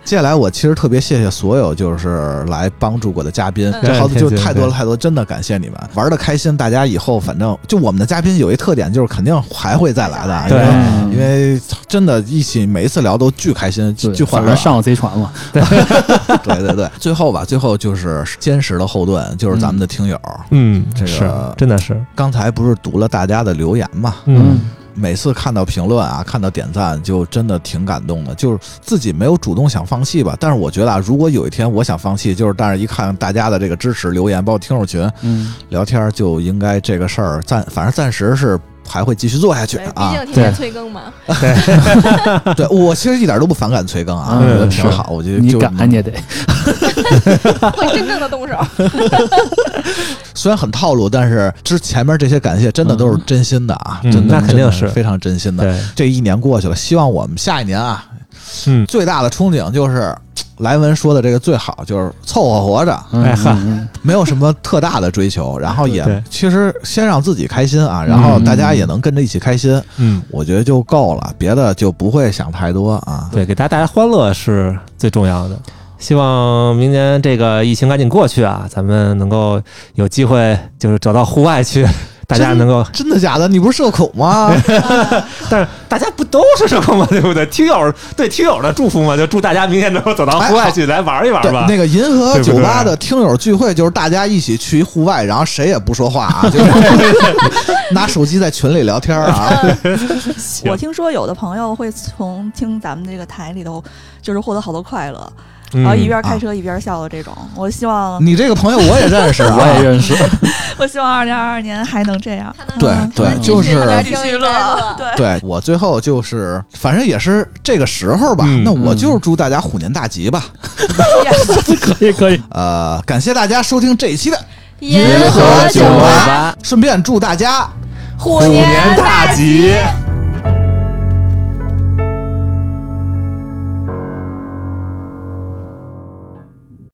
接下来我其实特别谢谢所有就是来帮助过的嘉宾，这好就太多了太多，真的感谢你们，玩的开心。大家以后反正就我们的嘉宾有一特点，就是肯定还会再来的， 对， 因为真的一起每一次聊都巨开心，巨欢乐， 上了贼船了。 对对对，最后吧，最后就是坚实的后盾，就是咱们的听友， 嗯， 这个真的是， 刚才不是读了大家的留言嘛， 嗯。 每次看到评论啊，看到点赞，就真的挺感动的。就是自己没有主动想放弃吧，但是我觉得啊，如果有一天我想放弃，就是但是一看大家的这个支持留言，包括听友群，嗯，聊天就应该这个事儿暂，反正暂时是还会继续做下去啊。 毕竟天天催更嘛。 对，对我其实一点都不反感催更啊，我觉得挺好。我觉得你敢你也得会真正的动手。 虽然很套路，但是之前面这些感谢真的都是真心的啊， 嗯、 真的那肯定是非常真心的。这一年过去了，希望我们下一年啊， 嗯， 最大的憧憬就是莱文说的这个最好就是凑合活着， 哎哈、 嗯，没有什么特大的追求，然后也其实先让自己开心啊，然后大家也能跟着一起开心，嗯，我觉得就够了，别的就不会想太多啊。 对，给大家带来欢乐是最重要的。希望明年这个疫情赶紧过去啊，咱们能够有机会就是走到户外去，大家能够真, 真的假的？你不是社恐吗？ 但是大家不都是社恐吗？对不对？听友对听友的祝福嘛，就祝大家明年能够走到户外去、哎、来玩一玩吧。 那个银河酒吧的听友聚会就是大家一起去户外，然后谁也不说话啊，就是拿手机在群里聊天啊。 我听说有的朋友会从听咱们这个台里头，就是获得好多快乐。然后一边开车一边笑的这种，嗯啊、我希望你这个朋友我也认识、啊， 我也认识。 我希望二零二二年还能这样。 对对，就是继续乐。对对，我最后就是，反正也是这个时候吧。嗯、那我就是祝大家虎年大吉吧。 可以可以。 呃，感谢大家收听这一期的银河酒吧， 顺便祝大家虎年大吉。